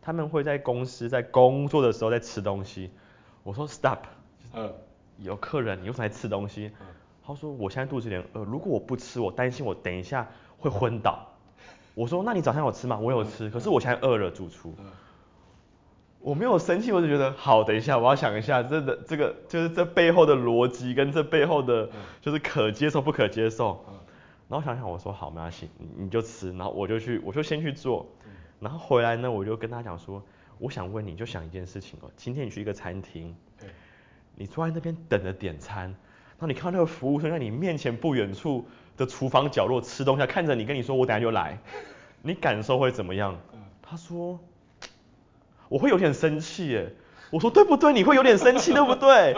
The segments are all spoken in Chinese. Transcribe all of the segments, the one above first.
他们会在公司在工作的时候在吃东西。我说 stop，有客人，你为什么在吃东西？他说我现在肚子有点饿，如果我不吃，我担心我等一下会昏倒。我说那你早上有吃吗？我有吃，可是我现在饿了，主厨。我没有生气，我就觉得好，等一下我要想一下，这个就是这背后的逻辑跟这背后的就是可接受不可接受。然后想想我说好没关系，你就吃，然后我就先去做，然后回来呢我就跟他讲说，我想问你就想一件事情哦，今天你去一个餐厅，你坐在那边等着点餐，然后你看到那个服务生在你面前不远处的厨房角落吃东西，看着你跟你说我等下就来，你感受会怎么样？他说。我会有点生气耶，我说对不对？你会有点生气对不对？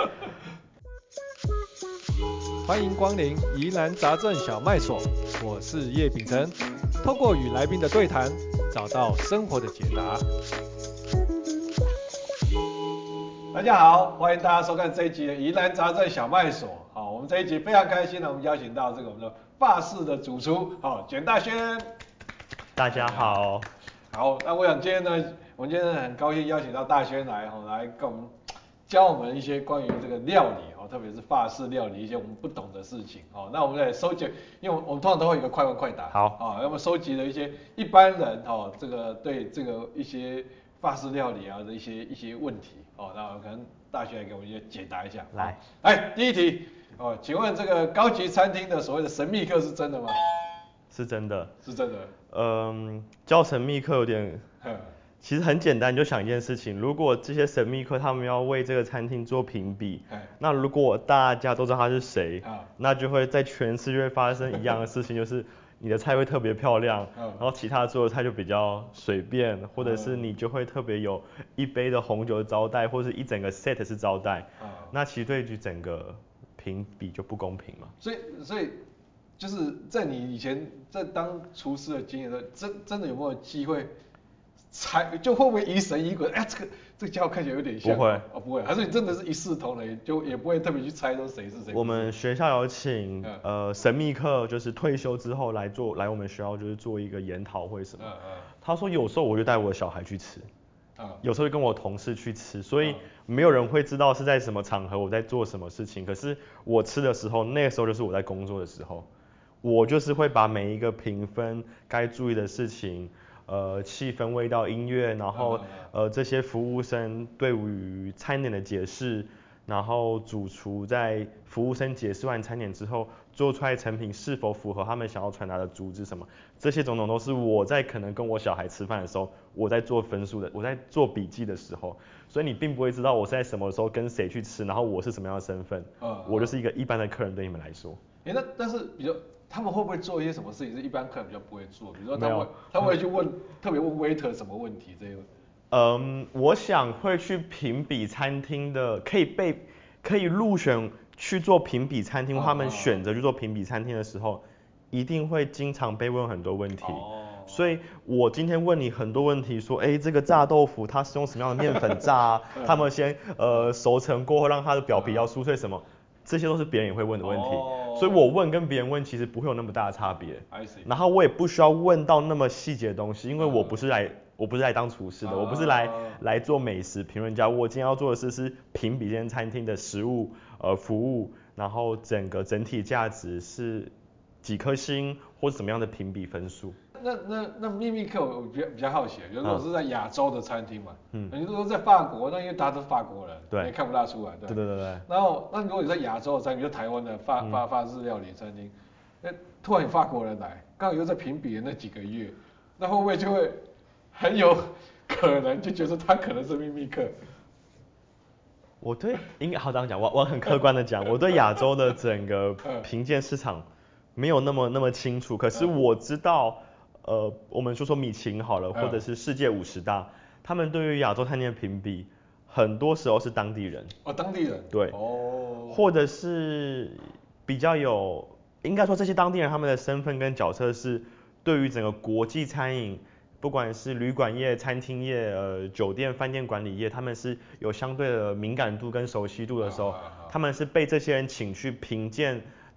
欢迎光临宜兰杂政小卖所，我是叶秉成，透过与来宾的对谈，找到生活的解答。大家好，欢迎大家收看这一集的宜兰杂政小卖所。好，我们这一集非常开心呢，我们邀请到这个我们的法式的主厨，好，简大轩。 大家好。 好，那我想今天呢，我们今天很高兴邀请到大轩来跟我们教我们一些关于这个料理特别是法式料理一些我们不懂的事情那我们来收集，因为我们通常都会有一个快问快答。 好。 那么收集了一些一般人这个对这个一些法式料理的一些问题那可能大轩来给我们一些解答一下。来，第一题请问这个高级餐厅的所谓的神秘客是真的吗？ 是真的。 是真的。 叫神秘客有点，其实很简单，你就想一件事情，如果这些神秘客他们要为这个餐厅做评比，那如果大家都知道他是谁，那就会在全世界发生一样的事情，就是你的菜会特别漂亮，然后其他做的菜就比较随便，或者是你就会特别有一杯的红酒招待，或者是一整个 set 是招待，那其实对于整个评比就不公平嘛。 所以就是在你以前在当厨师的经验中，真的有没有机会猜，就会不会疑神疑鬼？这个家伙看起来有点像。 不会。 不会，还是你真的是一视同仁，就也不会特别去猜说谁是谁。 我们学校有请神秘客，就是退休之后来我们学校就是做一个研讨会什么。他说有时候我就带我的小孩去吃。有时候跟我同事去吃，所以没有人会知道是在什么场合我在做什么事情。可是我吃的时候，那个时候就是我在工作的时候，我就是会把每一个评分该注意的事情，气氛、味道、音乐，然后这些服务生对于餐点的解释，然后主厨在服务生解释完餐点之后，做出来成品是否符合他们想要传达的主旨什么，这些种种都是我在可能跟我小孩吃饭的时候，我在做分数的，我在做笔记的时候，所以你并不会知道我是在什么时候跟谁去吃，然后我是什么样的身份，我就是一个一般的客人对你们来说。 但是比较他们会不会做一些什么事情是一般客人比较不会做？比如说他会去特别问 waiter 什么问题这个？ 我想会去评比餐厅的，可以入选去做评比餐厅，他们选择去做评比餐厅的时候，一定会经常被问很多问题。所以我今天问你很多问题，说，这个炸豆腐它是用什么样的面粉炸啊？他们先熟成过后让它的表皮要酥脆什么？这些都是别人也会问的问题，所以我问跟别人问其实不会有那么大的差别。然后我也不需要问到那么细节的东西，因为我不是来当厨师的，我不是来做美食评论家。我今天要做的是评比这间餐厅的食物、服务，然后整体价值是几颗星或是怎么样的评比分数。 那秘密客我比较好奇，就是我是在亚洲的餐厅嘛，你如果在法国，那因为大家都是法国人， 对， 也看不大出来， 对。 然后那如果你在亚洲的餐厅，比如台湾的法式料理餐厅，突然有法国人来，刚好又在评比的那几个月，那会不会就会很有可能就觉得他可能是秘密客？ 应该好这样讲，我很客观的讲，我对亚洲的整个评鉴市场没有那么清楚，可是我知道，我们说米其林好了，或者是世界50大，他们对于亚洲餐厅的评比，很多时候是当地人。 当地人。 对。或者是比较应该说这些当地人他们的身份跟角色是对于整个国际餐饮，不管是旅馆业、餐厅业、酒店、饭店管理业，他们是有相对的敏感度跟熟悉度的时候，他们是被这些人请去评鉴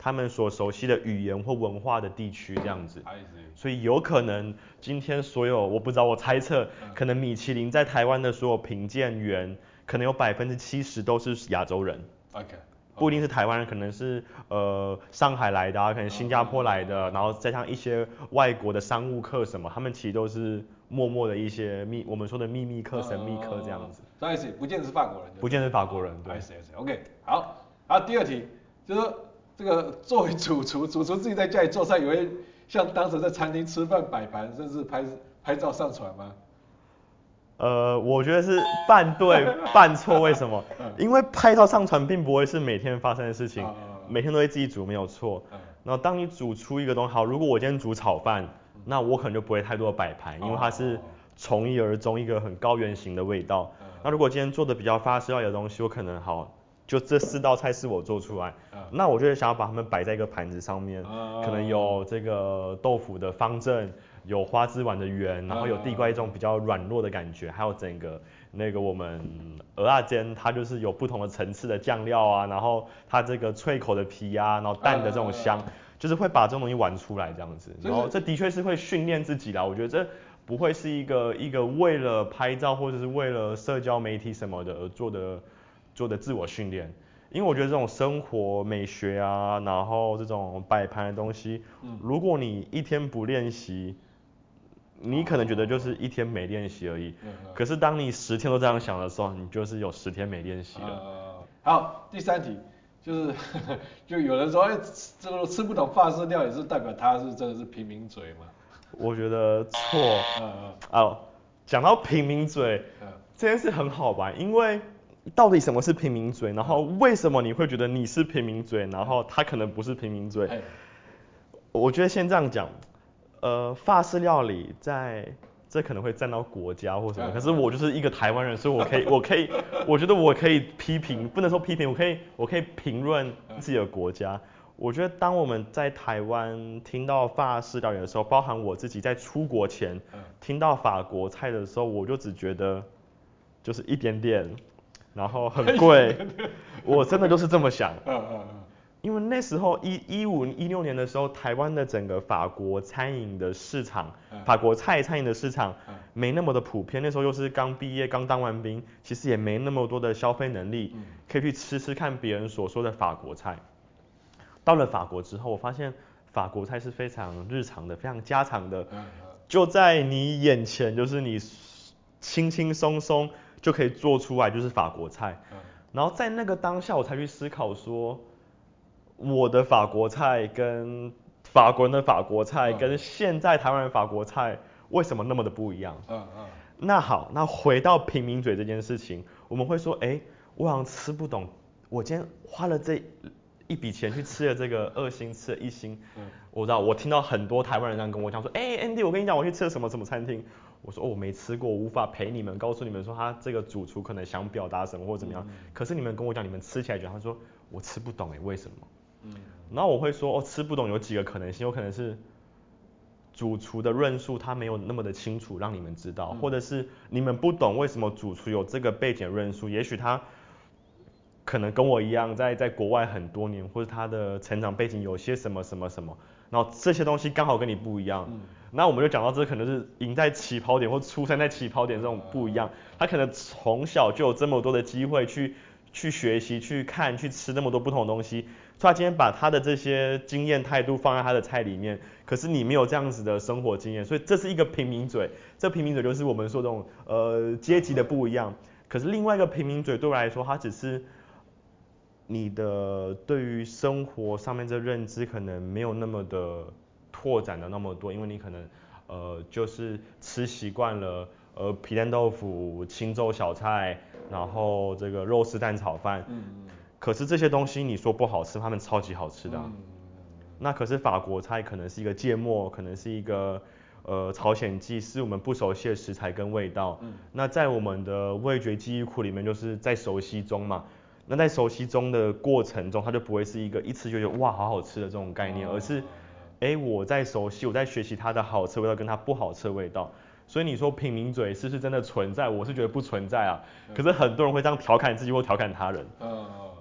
他们所熟悉的语言或文化的地区这样子。所以有可能今天所有我不知道，我猜测可能米其林在台湾的所有评鉴员，可能有70%都是亚洲人。不一定是台湾人，可能是上海来的可能新加坡来的，然后再像一些外国的商务客什么，他们其实都是默默的一些我们说的秘密客、神秘客这样子。 不见得是法国人。 不见得是法国人，对。 OK， 好，第二题就是说这个作为主厨自己在家里做菜，也会像当时在餐厅吃饭摆盘，甚至拍照上传吗？ 我觉得是半对半错，为什么？因为拍照上传并不会是每天发生的事情，每天都会自己煮没有错。然后当你煮出一个东西，好，如果我今天煮炒饭，那我可能就不会太多的摆盘，因为它是从一而终一个很高原型的味道。那如果今天做的比较法式料理的东西，我可能就这4道菜是我做出来，那我就会想要把它们摆在一个盘子上面，可能有这个豆腐的方正，有花枝丸的圆，然后有地瓜这种比较软糯的感觉，还有整个那个我们蚵仔煎，它就是有不同的层次的酱料啊，然后它这个脆口的皮啊，然后蛋的这种香，就是会把这种东西玩出来这样子。然后这的确是会训练自己啦，我觉得这不会是一个为了拍照或者是为了社交媒体什么的而做的自我训练。因为我觉得这种生活美学啊，然后这种摆盘的东西，如果你一天不练习，你可能觉得就是一天没练习而已。可是当你10天都这样想的时候，你就是有10天没练习了。 好，第3题就是就有人说，这个吃不懂法式料理是代表他是真的是平民嘴吗？ 我觉得错。讲到平民嘴，这件事很好玩，因为到底什么是平民嘴，然后为什么你会觉得你是平民嘴，然后他可能不是平民嘴？我觉得先这样讲。法式料理这可能会占到国家或什么，可是我就是一个台湾人，所以我觉得我可以批评，不能说批评，我可以评论自己的国家。我觉得当我们在台湾听到法式料理的时候，包含我自己在出国前听到法国菜的时候，我就只觉得就是一点点，然后很贵，我真的就是这么想。因为那时候15、16年的时候，台湾的整个法国餐饮的市场，法国菜餐饮的市场没那么的普遍。那时候又是刚毕业，刚当完兵，其实也没那么多的消费能力，可以去吃看别人所说的法国菜。到了法国之后，我发现法国菜是非常日常的，非常家常的，就在你眼前，就是你轻轻松松就可以做出来，就是法国菜。然后在那个当下，我才去思考说，我的法国菜跟法国人的法国菜跟现在台湾人法国菜为什么那么的不一样？那好，那回到平民嘴这件事情，我们会说，我好像吃不懂，我今天花了这一笔钱去吃了这个2星，吃了1星，我知道，我听到很多台湾人这样跟我讲说，Andy， 我跟你讲，我去吃了什么什么餐厅，我说我没吃过，我无法陪你们告诉你们说他这个主厨可能想表达什么或怎么样，可是你们跟我讲，你们吃起来觉得，他说我吃不懂为什么？然后我会说，吃不懂有几个可能性，有可能是主厨的论述他没有那么的清楚让你们知道，或者是你们不懂为什么主厨有这个背景论述，也许他可能跟我一样在国外很多年，或者他的成长背景有些什么什么什么，然后这些东西刚好跟你不一样，那我们就讲到这可能是赢在起跑点或出生在起跑点这种不一样，他可能从小就有这么多的机会去学习、去看、去吃那么多不同的东西，所以他今天把他的这些经验态度放在他的菜里面，可是你没有这样子的生活经验，所以这是一个平民嘴。这平民嘴就是我们说这种阶级的不一样。可是另外一个平民嘴对我来说，它只是你的对于生活上面这认知可能没有那么的拓展的那么多，因为你可能就是吃习惯了皮蛋豆腐、青州小菜，然后这个肉丝蛋炒饭，可是这些东西你说不好吃，他们超级好吃的那可是法国菜可能是一个芥末，可能是一个朝鲜蓟，是我们不熟悉的食材跟味道。那在我们的味觉记忆库里面，就是在熟悉中嘛。那在熟悉中的过程中，它就不会是一个一吃就觉得哇好好吃的这种概念，而是我在熟悉，我在学习它的好吃味道跟它不好吃的味道。所以你说平民嘴是不是真的存在？我是觉得不存在啊。可是很多人会这样调侃自己或调侃他人。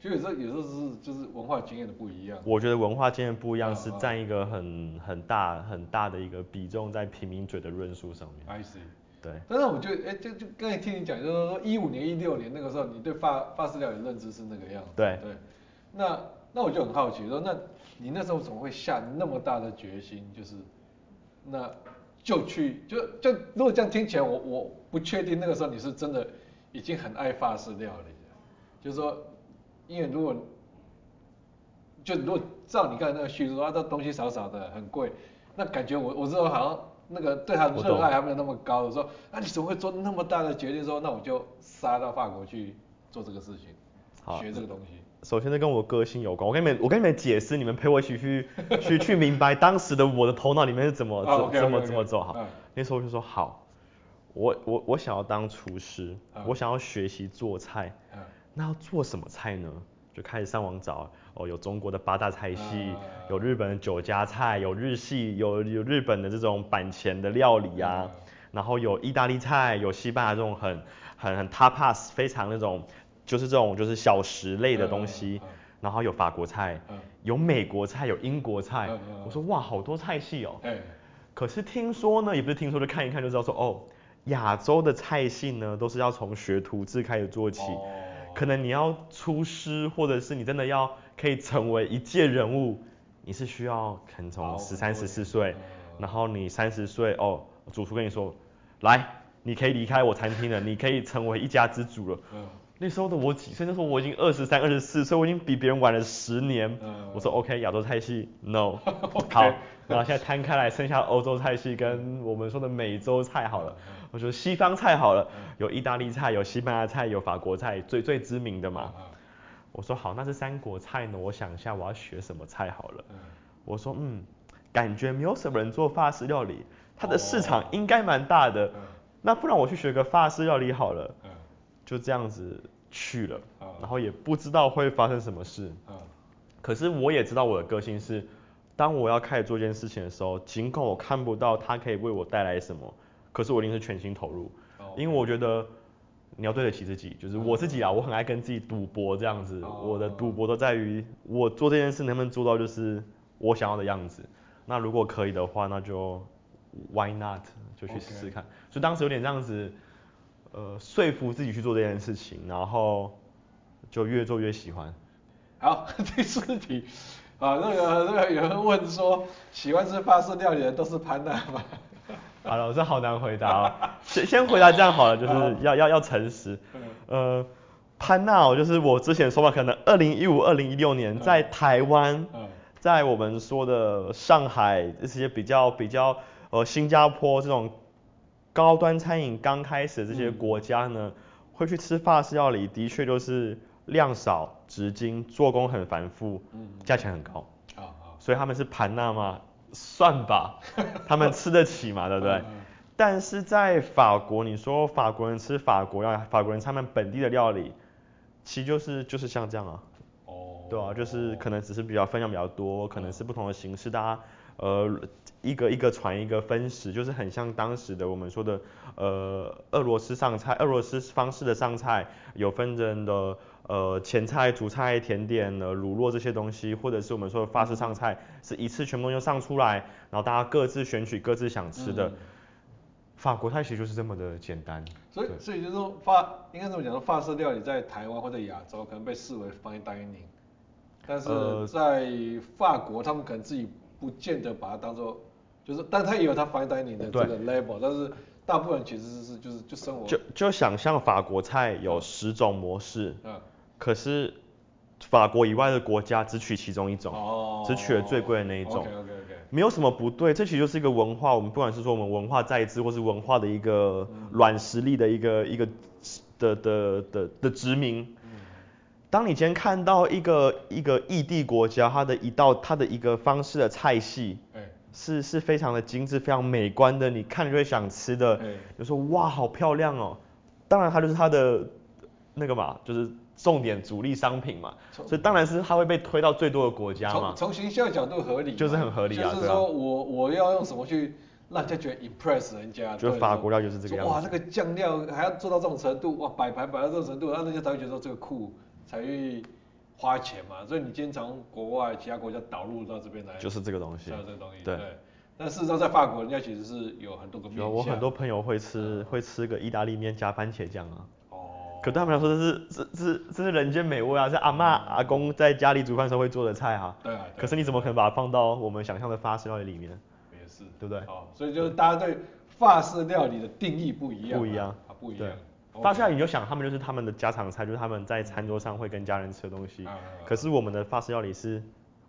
所以有时候就是文化经验的不一样。 我觉得文化经验不一样是占一个很大的一个比重在平民嘴的论述上面。 I see。 对。 但是我觉得，就刚才听你讲，就是说15年、16年那个时候，你对法式料理认知是那个样子。 对。 那我就很好奇，说那你那时候怎么会下那么大的决心，就是就如果这样听起来，我不确定那个时候你是真的已经很爱法式料理了，就是说，因为如果照你刚才那个叙述说，这东西少少的很贵，那感觉我知道好像那个对他的热爱还没有那么高的时候，那你怎么会做那么大的决定说，那我就杀到法国去做这个事情，学这个东西？ 首先这跟我个性有关，我跟你们解释，你们陪我一起去明白当时的我的头脑里面是怎么走好。那时候我就说好，我想要当厨师，我想要学习做菜，那要做什么菜呢？就开始上网找，有中国的8大菜系，有日本的9家菜，有日系，有日本的这种板前的料理啊，然后有意大利菜，有西班牙这种很 tapas 非常那种就是小食类的东西，然后有法国菜，有美国菜，有英国菜，我说哇好多菜系哦。可是听说呢，也不是听说，就看一看就知道说亚洲的菜系呢都是要从学徒制开始做起。可能你要出师，或者是你真的要可以成为一介人物，你是需要可能从13、14岁，然后你30岁主厨跟你说，来，你可以离开我餐厅了，你可以成为一家之主了。那时候的我几岁？那时候我已经23、24岁，我已经比别人晚了10年。我说 OK， 亚洲菜系 No， 好，然后现在摊开来，剩下欧洲菜系跟我们说的美洲菜好了。我说西方菜好了，有意大利菜，有西班牙菜，有法国菜，最知名的嘛。我说好，那是3国菜呢，我想一下我要学什么菜好了。我说感觉没有什么人做法式料理，它的市场应该蛮大的。那不然我去学个法式料理好了。就这样子去了，然后也不知道会发生什么事。可是我也知道我的个性是，当我要开始做一件事情的时候，尽管我看不到它可以为我带来什么，可是我一定是全心投入，因为我觉得你要对得起自己，就是我自己啊，我很爱跟自己赌博这样子。我的赌博都在于我做这件事能不能做到就是我想要的样子。那如果可以的话，那就 why not 就去试试看。所以当时有点这样子。说服自己去做这件事情，然后就越做越喜欢。 好，第4题，那个有人问说，喜欢吃法式料理的都是潘娜吗？ 好了，这好难回答先回答这样好了，就是要诚实。潘娜就是我之前说吧，可能2015、2016年在台湾，在我们说的上海这些比较新加坡这种。高端餐饮刚开始的这些国家呢，会去吃法式料理，的确就是量少、质精、做工很繁复，价钱很高。所以他们是盘纳吗？算吧，他们吃得起嘛，对不对？但是在法国，你说法国人吃法国料理，法国人他们本地的料理，其实就是像这样啊。对啊，就是可能只是分量比较多，可能是不同的形式，大家一个传一个分食，就是很像当时的我们说的俄罗斯方式的上菜，有分成的前菜、主菜、甜点、乳酪这些东西，或者是我们说的法式上菜，是一次全部都上出来，然后大家各自选取各自想吃的。法国菜其实就是这么的简单。 所以就是说应该这么讲，法式料理在台湾或者亚洲可能被视为 fine dining， 但是在法国他们可能自己不见得把它当做。但他也有他 fine dining 的这个 label， 但是大部分其实是就生活。 就想象法国菜有10种模式，可是法国以外的国家只取其中一种，只取了最贵的那一种。没有什么不对，这其实就是一个文化，我们不管是说我们文化在制，或是文化的一个软实力的一个的殖民。当你今天看到一个异地国家，它的一个方式的菜系。是非常的精致，非常美观的，你看就会想吃的。就说哇，好漂亮哦。当然它就是它的那个嘛，就是重点主力商品嘛，所以当然是它会被推到最多的国家嘛。 从行销角度合理， 就是很合理啊。 就是说我要用什么去让人家觉得 impress 人家。 就法国料就是这个样子。 哇，那个酱料还要做到这种程度，哇，摆盘摆到这种程度，让人家才会觉得说这个酷，才会花钱嘛，所以你今天从国外其他国家导入到这边来， 就是这个东西， 这个东西， 对。 但事实上在法国，人家其实是有很多个面向。 我很多朋友会吃个意大利面加番茄酱啊。 哦。 可对他们来说，这是人间美味啊，是阿嬷阿公在家里煮饭时候会做的菜啊。 对啊。 可是你怎么可能把它放到我们想象的法式料理里面？ 也是， 对不对？ 所以就是大家对法式料理的定义不一样。不一样。 法式料理你就想，他们就是他们的家常菜，就是他们在餐桌上会跟家人吃的东西。可是我们的法式料理是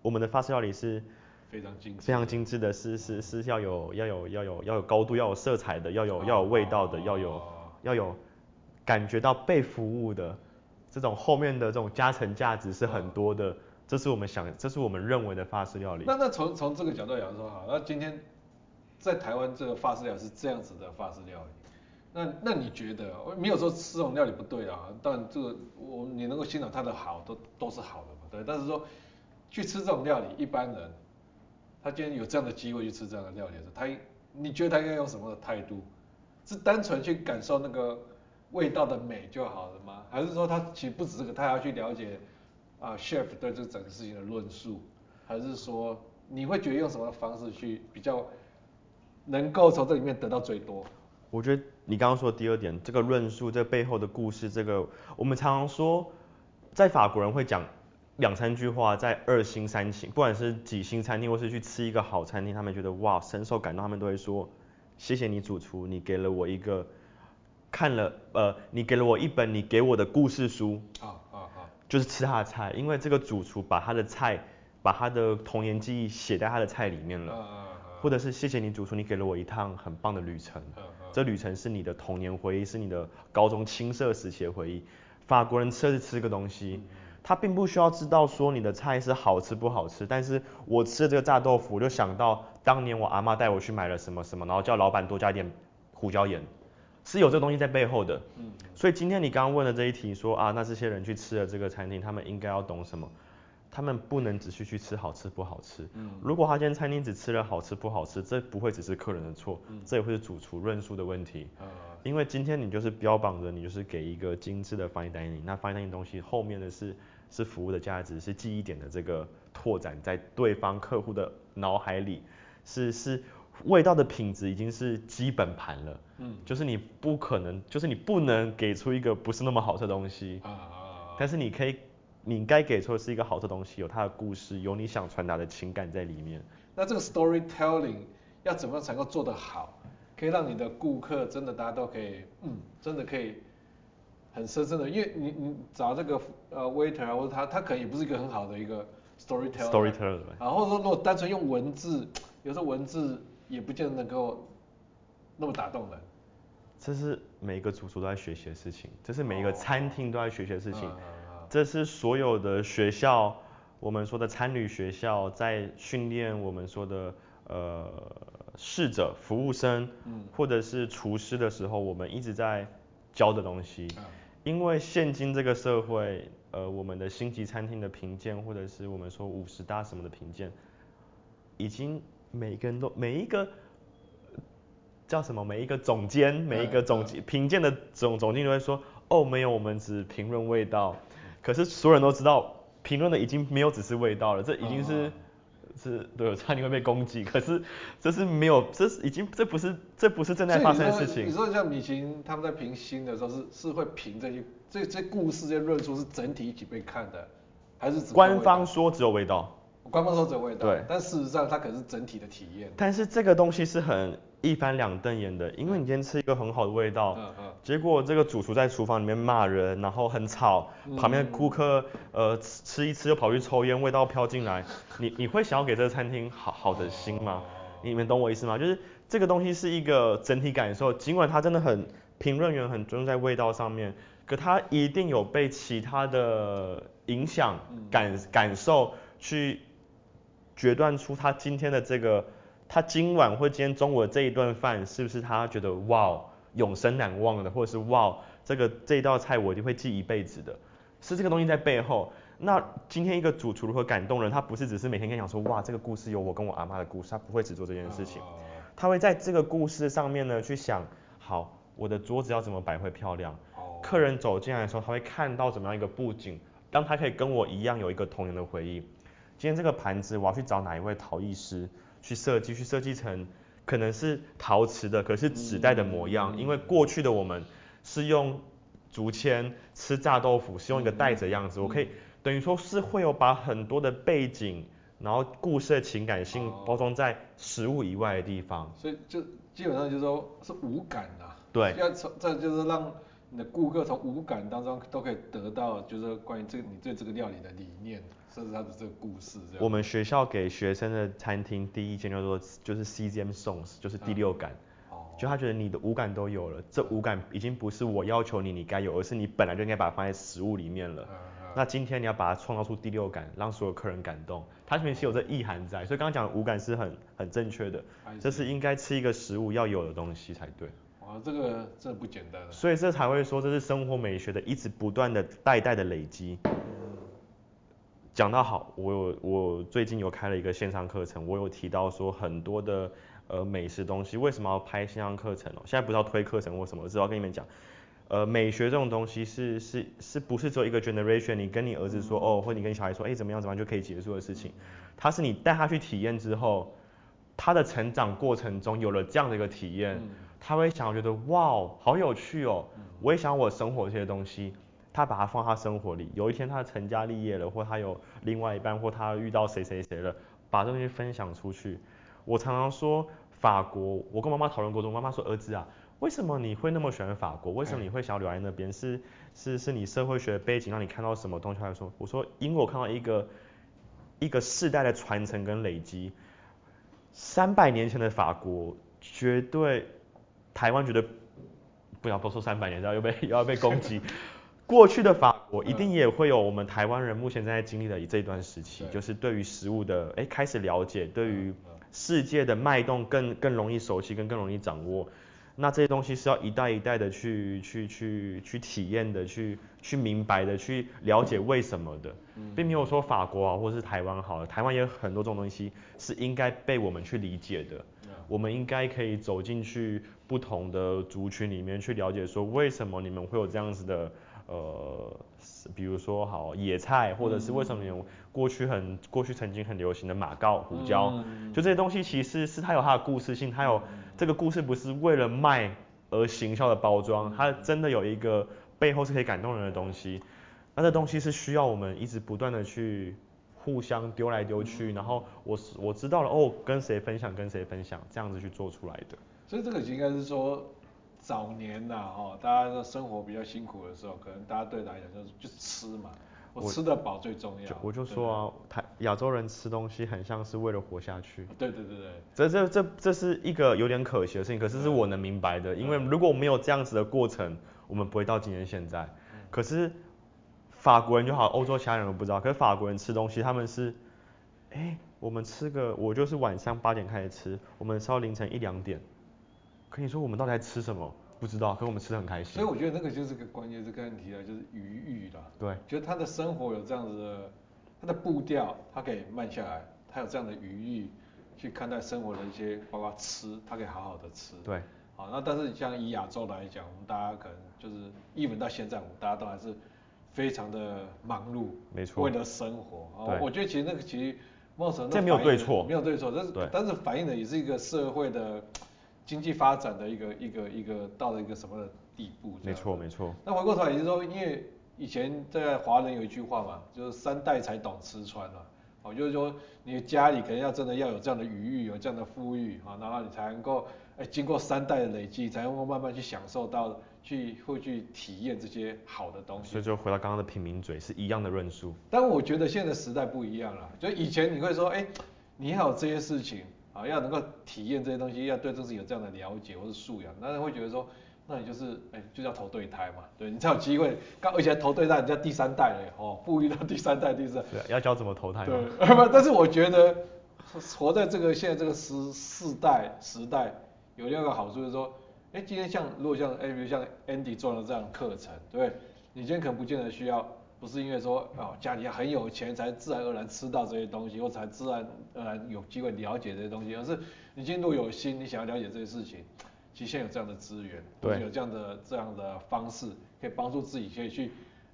非常精致的，是要有高度，要有色彩的，要有味道的，要有感觉到被服务的，这种后面的这种加成价值是很多的。这是我们认为的法式料理。 那从这个角度来说好，那今天在台湾这个法式料理是这样子的法式料理，那你觉得没有说吃这种料理不对啦，但这个你能够欣赏它的好都是好的嘛，对。但是说去吃这种料理，一般人他今天有这样的机会去吃这样的料理的时候，你觉得他应该用什么的态度？是单纯去感受那个味道的美就好了吗？还是说他其实不止这个，他还要去了解chef 对这整个事情的论述？还是说你会觉得用什么方式去比较能够从这里面得到最多？ 我觉得你刚刚说的第二点，这个论述，这背后的故事，这个我们常常说，在法国人会讲2-3句话，在2星3星，不管是几星餐厅或是去吃一个好餐厅，他们觉得哇深受感动，他们都会说谢谢你主厨，你给了我一个你给了我一本你给我的故事书，就是吃他的菜，因为这个主厨把他的菜，把他的童年记忆写在他的菜里面了，或者是谢谢你主厨，你给了我一趟很棒的旅程，这旅程是你的童年回忆，是你的高中青涩时期的回忆。法国人吃个东西，他并不需要知道说你的菜是好吃不好吃，但是我吃的这个炸豆腐，我就想到当年我阿嬷带我去买了什么什么，然后叫老板多加一点胡椒盐。是有这个东西在背后的，所以今天你刚刚问的这一题说那这些人去吃了这个餐厅，他们应该要懂什么？他们不能只是去吃好吃不好吃。如果他今天餐厅只吃了好吃不好吃，这不会只是客人的错，这也会是主厨论述的问题。因为今天你就是标榜着你就是给一个精致的 fine dining， 那 fine dining 东西后面的是服务的价值，是记忆点的这个拓展在对方客户的脑海里，是味道的品质已经是基本盘了。就是你不能给出一个不是那么好的东西，但是你该给出的是一个好的东西，有它的故事，有你想传达的情感在里面。 那这个 storytelling 要怎么样才能够做得好，可以让你的顾客真的大家都可以，真的可以很深深的，因为你找这个waiter 或者他可能也不是一个很好的一个 storyteller， 或者说如果单纯用文字，有时候文字也不见得能够那么打动人。 这是每一个主厨都在学习的事情，这是每一个餐厅都在学习的事情，这是所有的学校，我们说的餐旅学校在训练我们说的侍者、服务生，或者是厨师的时候，我们一直在教的东西。因为现今这个社会，我们的星级餐厅的评鉴，或者是我们说50大什么的评鉴，已经每一个叫什么？每一个总监评鉴的总监都会说，没有，我们只评论味道。可是所有人都知道，评论的已经没有只是味道了，这已经是对，差点会被攻击。可是这不是正在发生的事情。 你说像米其林他们在评星的时候是会评这些故事、这些论述是整体一起被看的，还是只官方说只有味道？ 官方说只有味道， 对， 但事实上它可能是整体的体验。 但是这个东西是很一翻两瞪眼的，因为你今天吃一个很好的味道，结果这个主厨在厨房里面骂人，然后很吵，旁边的顾客吃一吃就跑去抽烟，味道飘进来，你会想要给这个餐厅好的心吗？你们懂我意思吗？就是这个东西是一个整体感受，尽管它真的评论员很专注在味道上面，可它一定有被其他的影响感受去决断出他今天的他今晚或今天中午的这一顿饭是不是他觉得哇永生难忘的，或者是哇这一道菜我一定会记一辈子的，是这个东西在背后。那今天一个主厨如何感动人，他不是只是每天跟你讲说哇这个故事有我跟我阿嬷的故事，他不会只做这件事情，他会在这个故事上面呢去想，好我的桌子要怎么摆会漂亮，客人走进来的时候他会看到怎么样一个布景， 让他可以跟我一样有一个童年的回忆。今天这个盘子我要去找哪一位陶艺师去设计成可能是陶瓷的，可是纸袋的模样，因为过去的我们是用竹签吃炸豆腐，是用一个袋子的样子，我可以等于说是会有把很多的背景，然后故事的情感性包装在食物以外的地方。 所以就基本上就是说是无感啊。 对。 这就是让你的顾客从无感当中都可以得到，就是关于你对这个料理的理念，甚至它的这个故事这样。 我们学校给学生的餐厅第一间叫做就是 CGM Songs， 就是第六感。就他觉得你的五感都有了，这五感已经不是我要求你该有，而是你本来就应该把它放在食物里面了。那今天你要把它创造出第六感，让所有客人感动，它里面是有这意涵在。所以刚刚讲的五感是很正确的，这是应该吃一个食物要有的东西才对。 哇，这个真的不简单。 所以这才会说这是生活美学的一直不断的代的累积。讲到好，我最近有开了一个线上课程，我有提到说很多的美食东西为什么要拍线上课程哦？现在不是要推课程或什么，是要跟你们讲，美学这种东西是不是只有一个 generation， 你跟你儿子说哦，或你跟你小孩说，怎么样就可以结束的事情，它是你带他去体验之后，他的成长过程中有了这样的一个体验，他会想觉得哇，好有趣哦，我也想我生活这些东西。他把它放他生活里，有一天他成家立业了，或他有另外一半，或他遇到谁了，把这东西分享出去。我常常说法国，我跟妈妈讨论过，妈妈说儿子啊，为什么你会那么喜欢法国？为什么你会想要留在那边？是你社会学的背景让你看到什么东西来说？我说因为我看到一个世代的传承跟累积，300年前的法国绝对，台湾绝对不要多说300年，然后又要被攻击。过去的法国一定也会有我们台湾人目前正在经历的这一段时期，就是对于食物的开始了解，对于世界的脉动更容易熟悉，更容易掌握。那这些东西是要一代一代的去体验的，去明白的，去了解为什么的，并没有说法国好或是台湾好，台湾也有很多这种东西是应该被我们去理解的。我们应该可以走进去不同的族群里面去了解，说为什么你们会有这样子的比如说好野菜，或者是为什么有过去曾经很流行的马告、胡椒，就这些东西其实是它有它的故事性，它有这个故事不是为了卖而行销的包装，它真的有一个背后是可以感动人的东西。那这东西是需要我们一直不断的去互相丢来丢去，然后我知道了哦，跟谁分享，这样子去做出来的。 所以这个应该是说早年呐，大家的生活比较辛苦的时候，可能大家对来讲就是吃嘛，我吃得饱最重要。 我就说啊，亚洲人吃东西很像是为了活下去。 对。 这是一个有点可惜的事情，可是是我能明白的，因为如果没有这样子的过程，我们不会到今天现在。可是法国人就好，欧洲其他人我不知道，可是法国人吃东西他们是，我们我就是晚上8点开始吃，我们吃到凌晨1、2点。可你说我们到底在吃什么？不知道，可我们吃得很开心。 所以我觉得那个就是个关键，是刚才提到就是余裕啦。 对， 就是他的生活有这样子的，他的步调他可以慢下来，他有这样的余裕去看待生活的一些，包括吃，他可以好好的吃。 对。 好，那但是像以亚洲来讲，我们大家可能就是，even到现在，我们大家都还是非常的忙碌， 没错， 为了生活。 对， 我觉得其实那个其实某种程度这没有对错， 没有对错，但是反映的也是一个社会的经济发展的一个到了一个什么的地步。 没错。 那回过头来也就是说，因为以前在华人有一句话嘛，就是3代才懂吃穿嘛，就是说你的家里可能要真的要有这样的余裕，有这样的富裕然后你才能够经过3代的累积，才能够慢慢去享受到，会去体验这些好的东西。 所以就回到刚刚的平民嘴是一样的论述。 但我觉得现在的时代不一样了，就以前你会说，你要有这些事情要能够体验这些东西，要对这事有这样的了解或是素养，那人会觉得说，那你就是就要投对胎嘛，对你才有机会，而且投对胎人家第3代了富裕到第3代、第4代。 对，要教怎么投胎吗？ 对，但是我觉得活在现在这个时代，有另外一个好处就是说，今天如果像比如像 Andy 做的这样的课程，对不对？你今天可能不见得需要，不是因为说家里很有钱才自然而然吃到这些东西，或才自然而然有机会了解这些东西，而是你今天如果有心，你想要了解这些事情，其实现在有这样的资源，或者有这样的方式，可以帮助自己可以去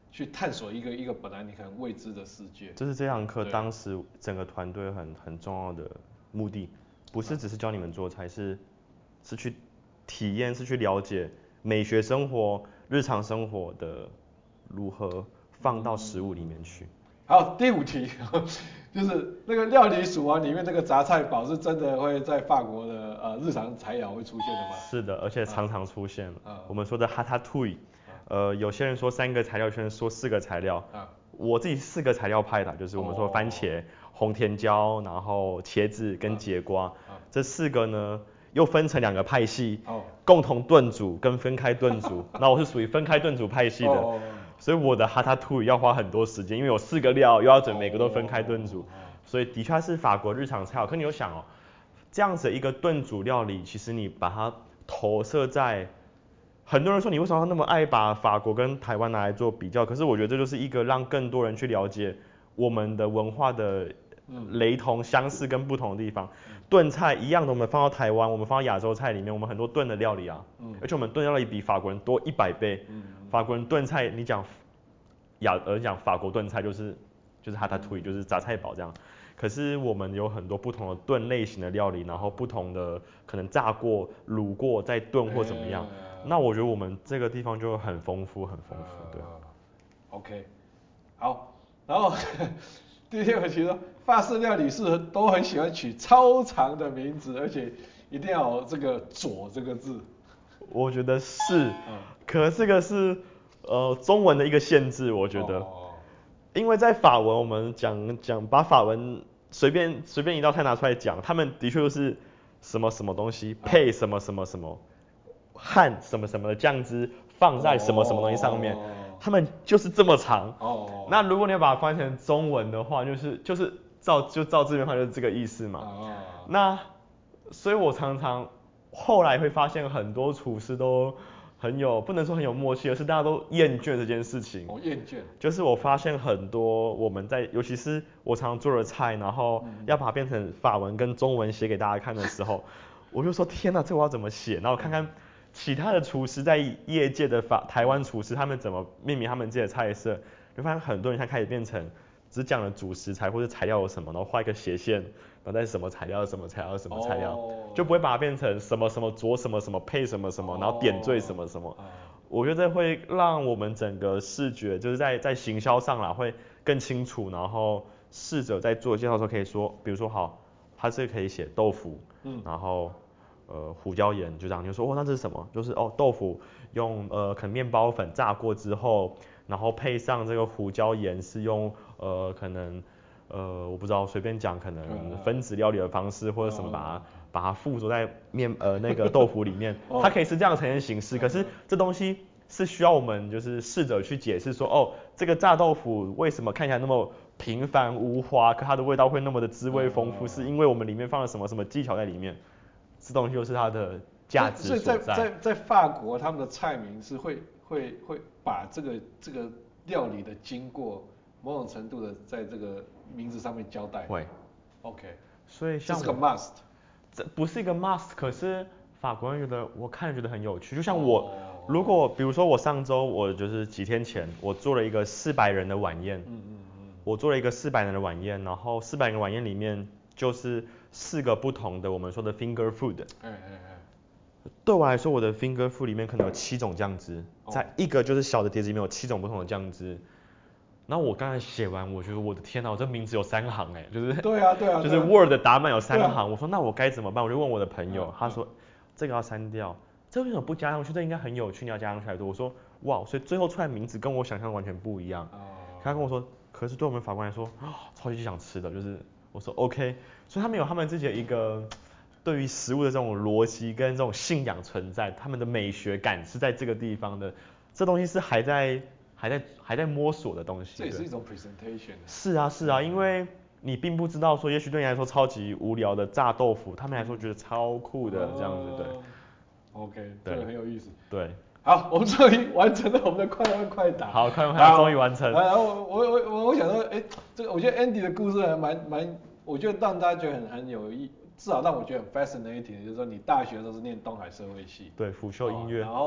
去探索一个本来你可能未知的世界。 这是这堂课当时整个团队很重要的目的，不是只是教你们做菜，是去体验，是去了解美学生活、日常生活的如何放到食物里面去。 好，第5题就是那个料理鼠王里面那个杂菜煲是真的会在法国的日常菜肴会出现的吗？ 是的，而且常常出现。我们说的哈塔图伊，有些人说3个材料，有些人说4个材料。我自己4个材料派的，就是我们说番茄、红甜椒，然后茄子跟节瓜。这4个呢又分成2个派系，共同炖煮跟分开炖煮。那我是属于分开炖煮派系的。所以我的哈塔图要花很多时间，因为有4个料，又要准每个都分开炖煮，所以的确是法国日常菜。可你有想这样子一个炖煮料理，其实你把它投射在，很多人说你为什么那么爱把法国跟台湾拿来做比较？可是我觉得这就是一个让更多人去了解我们的文化的雷同、相似跟不同的地方。炖菜一样的，我们放到台湾，我们放到亚洲菜里面，我们很多炖的料理啊，而且我们炖料理比法国人多100倍。法国人炖菜，你讲法国炖菜就是哈塔图伊，就是杂菜煲这样。可是我们有很多不同的炖类型的料理，然后不同的可能炸过、卤过再炖或怎么样。那我觉得我们这个地方就很丰富，对。 OK， 好，然后第6个题说，法式料理是都很喜欢取超长的名字，而且一定要有这个佐这个字。 我觉得是，可这个是中文的一个限制，我觉得。因为在法文，我们把法文随便一道菜拿出来讲，他们的确就是什么什么东西配什么什么什么，和什么什么的酱汁放在什么什么东西上面，他们就是这么长。那如果你要把它翻成中文的话，就是照字面话就是这个意思嘛。那所以我常常后来会发现很多厨师都不能说很有默契，而是大家都厌倦这件事情。 厌倦。 就是我发现很多我们尤其是我常常做的菜，然后要把它变成法文跟中文写给大家看的时候，我就说天哪，这我要怎么写？然后我看看其他的厨师在业界的台湾厨师他们怎么命名他们自己的菜色，就发现很多人他开始变成只讲了主食材或者材料有什么，然后画一个斜线，然后再什么材料，就不会把它变成什么什么佐什么什么配什么什么，然后点缀什么什么。我觉得这会让我们整个视觉就是在行销上啦会更清楚，然后试着在做介绍的时候可以说，比如说好，它这可以写豆腐，然后胡椒盐就这样，就说那这是什么？就是豆腐用可能面包粉炸过之后，然后配上这个胡椒盐是用可能我不知道随便讲可能分子料理的方式或者什么把它附着在那个豆腐里面，它可以是这样呈现形式。可是这东西是需要我们就是试着去解释说，这个炸豆腐为什么看起来那么平凡无华，可它的味道会那么的滋味丰富，是因为我们里面放了什么什么技巧在里面。这东西就是它的价值所在。 所以在法国，他们的菜名是会把这个料理的经过某种程度的在这个名字上面交代。 会。 OK。 所以像这是个 must。 这不是一个 must， 可是法国人我看觉得很有趣。就像如果比如说我上周我就是几天前我做了一个400人的晚宴。我做了一个400人的晚宴，然后400人的晚宴里面就是4个不同的我们说的 finger food。对我来说，我的 finger food 里面可能有7种酱汁，在一个就是小的碟子里面有7种不同的酱汁。然后我刚才写完，我觉得我的天哪，我这名字有3行就是对啊， 就是 Word 打满有3行。我说那我该怎么办？我就问我的朋友，他说这个要删掉，这为什么不加上去？这应该很有趣，你要加上去来多。我说哇，所以最后出来名字跟我想象完全不一样。他跟我说，可是对我们法国人来说，超级想吃的，就是我说 OK， 所以他们有他们自己的一个对于食物的这种逻辑跟这种信仰存在，他们的美学感是在这个地方的。这东西是还在摸索的东西。 这也是一种 presentation。 是啊，因为你并不知道说，也许对你来说超级无聊的炸豆腐，他们来说觉得超酷的这样子，对。 OK， 这个很有意思。 对。 好，我们终于完成了我们的快问快答。 好，快问快答终于完成。 然后我想说，这个我觉得 Andy 的故事还我觉得让大家觉得很有意，至少让我觉得很 fascinating，就是说你大学的时候是念东海社会系， 对，辅修音乐。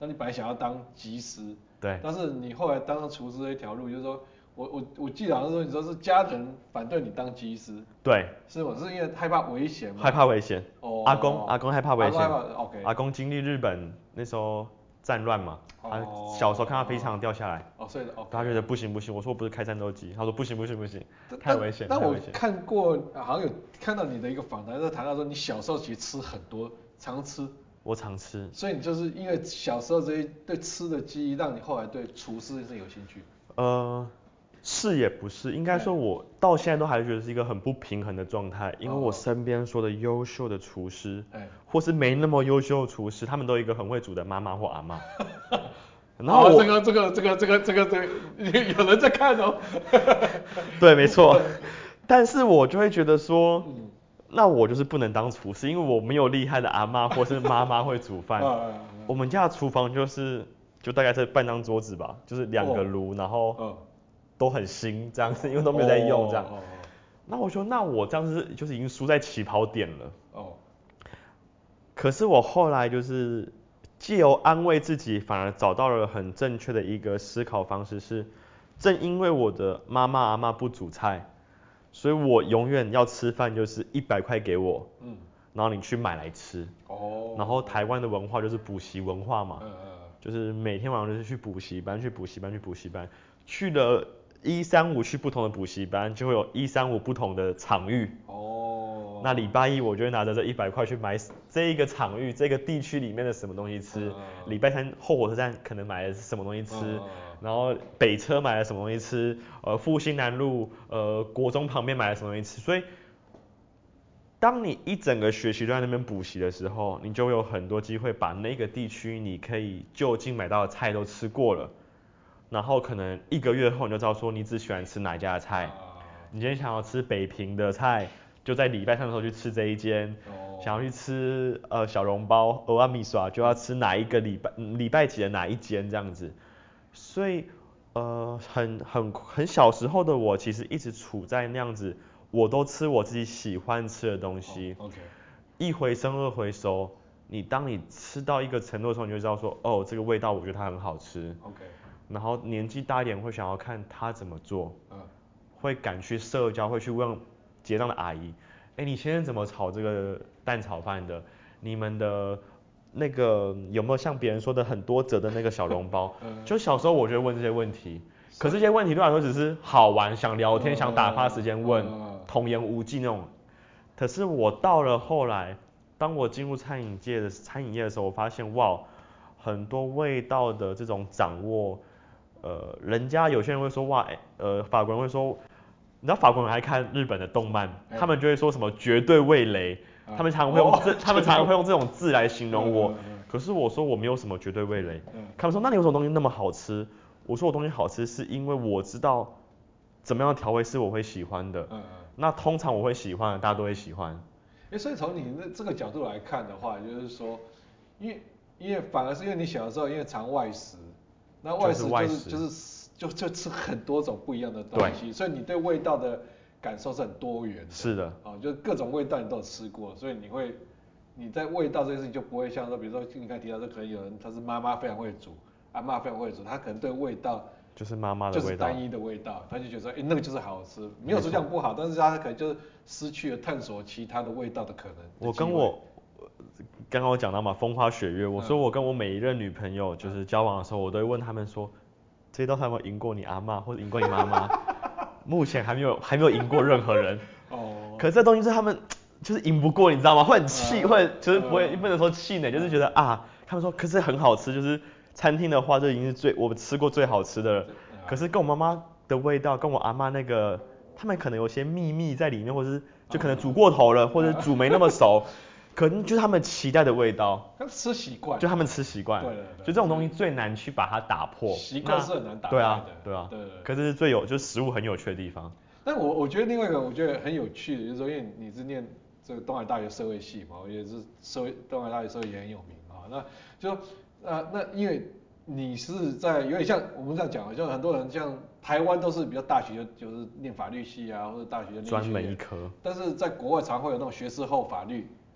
那你本来想要当技师， 对， 但是你后来当厨师这一条路，就是说我记得好像说你说是家人反对你当技师， 对， 是吗？是因为害怕危险吗？ 害怕危险。 哦， 阿公害怕危险。 OK。 阿公经历日本那时候战乱嘛，他小时候看到飞机场掉下来， 所以他觉得不行，我说我不是开战斗机，他说不行，太危险。 但我看过，好像有看到你的一个访谈，在谈到说你小时候其实吃很多，常吃。 我常吃。 所以你就是因为小时候这些对吃的记忆，让你后来对厨师是有兴趣？ 是也不是，应该说我到现在都还是觉得是一个很不平衡的状态，因为我身边说的优秀的厨师，或是没那么优秀的厨师，他们都有一个很会煮的妈妈或阿嬷。 然后这个，有人在看哦。 对，没错。但是我就会觉得说，那我就是不能当厨师，因为我没有厉害的阿嬷或是妈妈会煮饭。我们家的厨房就大概是半张桌子吧，就是2个炉，然后都很新这样子，因为都没有在用这样。那我说，那我这样子就是已经输在起跑点了。可是我后来就是藉由安慰自己，反而找到了很正确的一个思考方式是，正因为我的妈妈阿嬷不煮菜，所以我永远要吃饭就是100块给我，然后你去买来吃。然后台湾的文化就是补习文化嘛，就是每天晚上就是去补习班，去了135去不同的补习班，就会有135不同的场域。那礼拜一我就会拿着这100块去买这一个场域这个地区里面的什么东西吃，礼拜三后火车站可能买的是什么东西吃，然后北车买了什么东西吃，复兴南路国中旁边买了什么东西吃。所以当你一整个学期都在那边补习的时候，你就会有很多机会把那个地区你可以就近买到的菜都吃过了，然后可能1个月后你就知道说你只喜欢吃哪一家的菜。你今天想要吃北平的菜，就在礼拜三的时候去吃这一间。想要去吃小笼包、蚵仔米刷，就要吃哪一个礼拜几的哪一间这样子。所以很小时候的我，其实一直处在那样子，我都吃我自己喜欢吃的东西。1回生2回熟，当你吃到一个程度的时候，你就知道说，哦，这个味道我觉得它很好吃。然后年纪大一点会想要看他怎么做，会敢去社交，会去问结账的阿姨，你先生怎么炒这个蛋炒饭的？你们的那个有没有像别人说的很多折的那个小笼包？就小时候我就会问这些问题，可是这些问题对我来说只是好玩、想聊天、想打发时间问，童言无忌那种。可是我到了后来，当我进入餐饮业的时候，我发现哇，很多味道的这种掌握，人家有些人会说哇，法国人会说，你知道法国人还看日本的动漫，他们就会说什么绝对味蕾，他们常会用这种字来形容我。可是我说我没有什么绝对味蕾，他们说那你有什么东西那么好吃？我说我东西好吃是因为我知道怎么样的调味是我会喜欢的。那通常我会喜欢的，大家都会喜欢。 所以从你这个角度来看的话，就是说，因为反而是因为你小的时候因为常外食，那外食就吃很多种不一样的东西，所以你对味道的感受是很多元的。 是的。 就各种味道你都有吃过，所以你在味道这件事情就不会像说，比如说你刚才提到说可能有人他是妈妈非常会煮，阿嬷非常会煮，他可能对味道就是妈妈的味道， 就是单一的味道，他就觉得说，那个就是好吃，没有说这样不好，但是他可能就是失去了探索其他的味道的可能。 刚刚我讲到嘛，风花雪月，我说我跟我每一任女朋友就是交往的时候，我都会问他们说，这道菜有没有赢过你阿嬷或者赢过你妈妈？目前还没有赢过任何人。可是这东西是他们就是赢不过，你知道吗？会很气，就是不能说气馁，就是觉得他们说可是很好吃，就是餐厅的话就已经是我吃过最好吃的了。可是跟我妈妈的味道，跟我阿嬷那个，他们可能有些秘密在里面，或者是就可能煮过头了，或者煮没那么熟。可能就是他们期待的味道， 吃习惯， 就他们吃习惯， 对， 就这种东西最难去把它打破， 习惯是很难打破的，对啊，可是就是食物很有趣的地方。 但我觉得另外一个我觉得很有趣的，就是说，因为你是念这个东海大学社会系嘛，我也是东海大学社会也很有名啊，那就那因为你是在有点像我们这样讲，就很多人像台湾都是比较大学就是念法律系啊，或者大学念专门一科， 但是在国外常会有那种学士后法律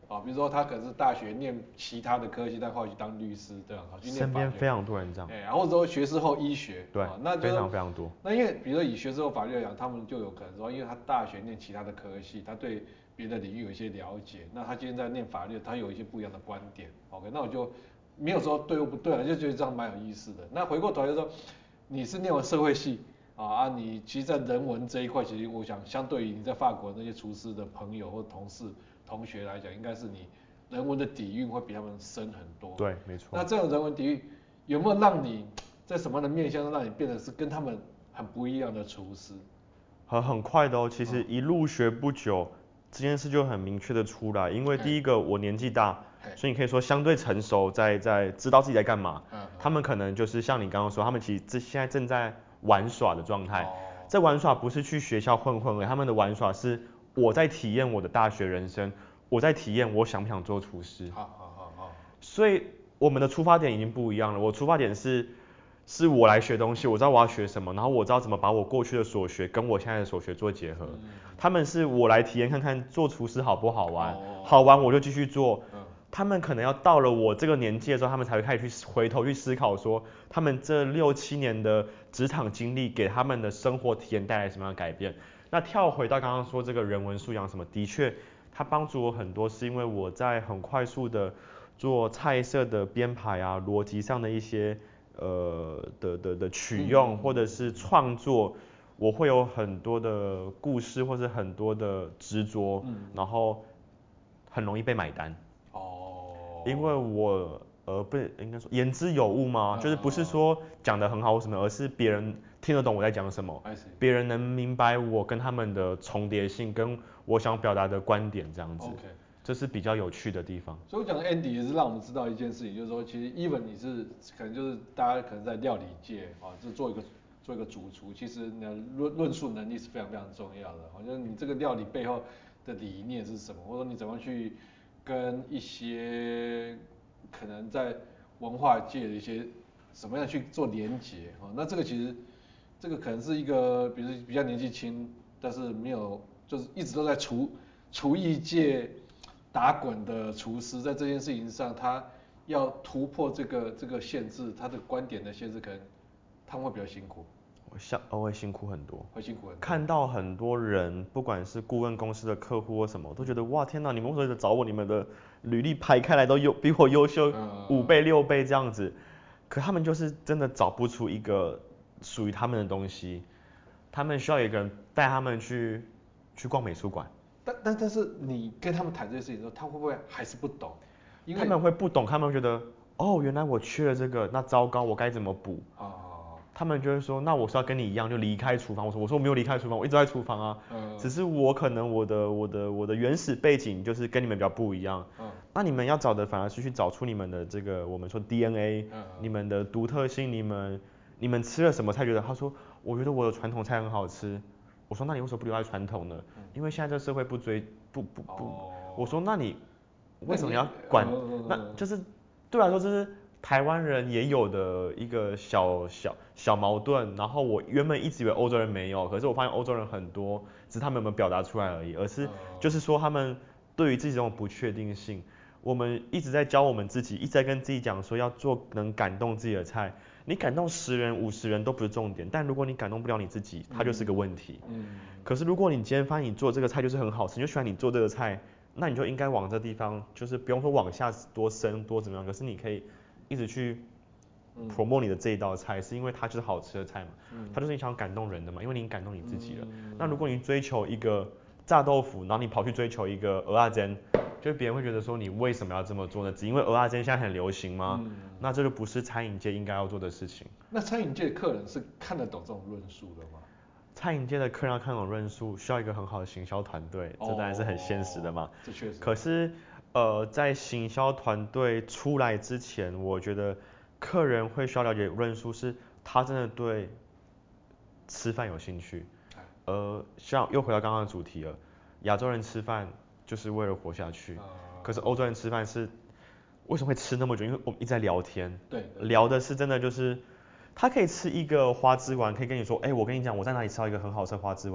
比如说他可能是大学念其他的科系，但后来去当律师这样，去念法律。 身边非常多人这样。 或者说学士后医学。 对，那非常非常多。 那因为比如说以学士后法律来讲，他们就有可能说，因为他大学念其他的科系，他对别的领域有一些了解，那他今天在念法律，他有一些不一样的观点。OK， 那我就没有说对或不对了，就觉得这样蛮有意思的。那回过头来就说，你是念完社会系你其实，在人文这一块，其实我想相对于你在法国那些厨师的朋友或同事、同学来讲，应该是你人文的底蕴会比他们深很多。 对，没错。 那这种人文底蕴有没有让你在什么样的面向让你变得是跟他们很不一样的厨师？ 很快的其实一入学不久，这件事就很明确的出来。因为第一个我年纪大，所以你可以说相对成熟，在知道自己在干嘛。他们可能就是像你刚刚说，他们其实现在正在玩耍的状态。这玩耍不是去学校混而已，他们的玩耍是我在体验我的大学人生，我在体验我想不想做厨师。所以我们的出发点已经不一样了。我出发点是我来学东西，我知道我要学什么，然后我知道怎么把我过去的所学跟我现在的所学做结合。他们是我来体验看看做厨师好不好玩，好玩我就继续做。他们可能要到了我这个年纪的时候，他们才会开始去回头去思考说，他们这6-7年的职场经历给他们的生活体验带来什么样的改变。那跳回到刚刚说这个人文素养什么，的确，它帮助我很多，是因为我在很快速的做菜色的编排逻辑上的一些的取用或者是创作，我会有很多的故事或是很多的执着，然后很容易被买单。因为我不应该说言之有物吗？就是不是说讲得很好或什么，而是别人听得懂我在讲什么，别人能明白我跟他们的重叠性，跟我想表达的观点这样子。这是比较有趣的地方。 所以我讲 Andy 也是让我们知道一件事情，就是说其实 even 你是可能就是大家可能在料理界就做一个主厨，其实你的论述能力是非常非常重要的。就是你这个料理背后的理念是什么，或者说你怎么去跟一些可能在文化界的一些什么样去做连结那这个其实这个可能是一个比较年纪轻，但是没有就是一直都在厨艺界打滚的厨师，在这件事情上，他要突破这个限制，他的观点的限制，可能他们会比较辛苦。 会辛苦很多。 会辛苦很多。 看到很多人，不管是顾问公司的客户或什么，都觉得哇天哪，你们为什么找我？你们的履历排开来都比我优秀5倍6倍这样子，可他们就是真的找不出一个属于他们的东西，他们需要一个人带他们去逛美术馆。 但是你跟他们谈这些事情的时候，他会不会还是不懂？ 他们会不懂，他们会觉得原来我缺了这个，那糟糕，我该怎么补？他们就会说，那我是要跟你一样就离开厨房。我说我没有离开厨房，我一直在厨房啊。只是我可能我的原始背景就是跟你们比较不一样。那你们要找的反而是去找出你们的这个我们说 DNA，你们的独特性，你们吃了什么菜觉得？他说我觉得我的传统菜很好吃。我说那你为什么不留在传统呢？因为现在这社会不。我说那你为什么要管？那就是对我来说这是台湾人也有的一个小矛盾。然后我原本一直以为欧洲人没有，可是我发现欧洲人很多，只是他们有没有表达出来而已。而是就是说他们对于自己这种不确定性，我们一直在教我们自己，一直在跟自己讲说要做能感动自己的菜。你感动10人50人都不是重点，但如果你感动不了你自己，它就是个问题。可是如果你今天发现你做这个菜就是很好吃，你就喜欢你做这个菜，那你就应该往这地方，就是不用说往下多深多怎么样，可是你可以一直去 promote 你的这一道菜，是因为它就是好吃的菜嘛，它就是你想感动人的嘛，因为你感动你自己了。那如果你追求一个炸豆腐，然后你跑去追求一个蚵仔煎，就别人会觉得说你为什么要这么做呢？只因为蚵仔煎现在很流行吗？那这就不是餐饮界应该要做的事情。 那餐饮界的客人是看得懂这种论述的吗？ 餐饮界的客人要看懂论述，需要一个很好的行销团队，这当然是很现实的嘛。 这确实。 可是在行销团队出来之前，我觉得客人会需要了解论述，是他真的对吃饭有兴趣。像又回到刚刚的主题了，亚洲人吃饭就是为了活下去，可是欧洲人吃饭是为什么会吃那么久？因为我们一直在聊天，聊的是真的就是他可以吃一个花枝丸，可以跟你说，我跟你讲我在哪里吃到一个很好吃的花枝丸，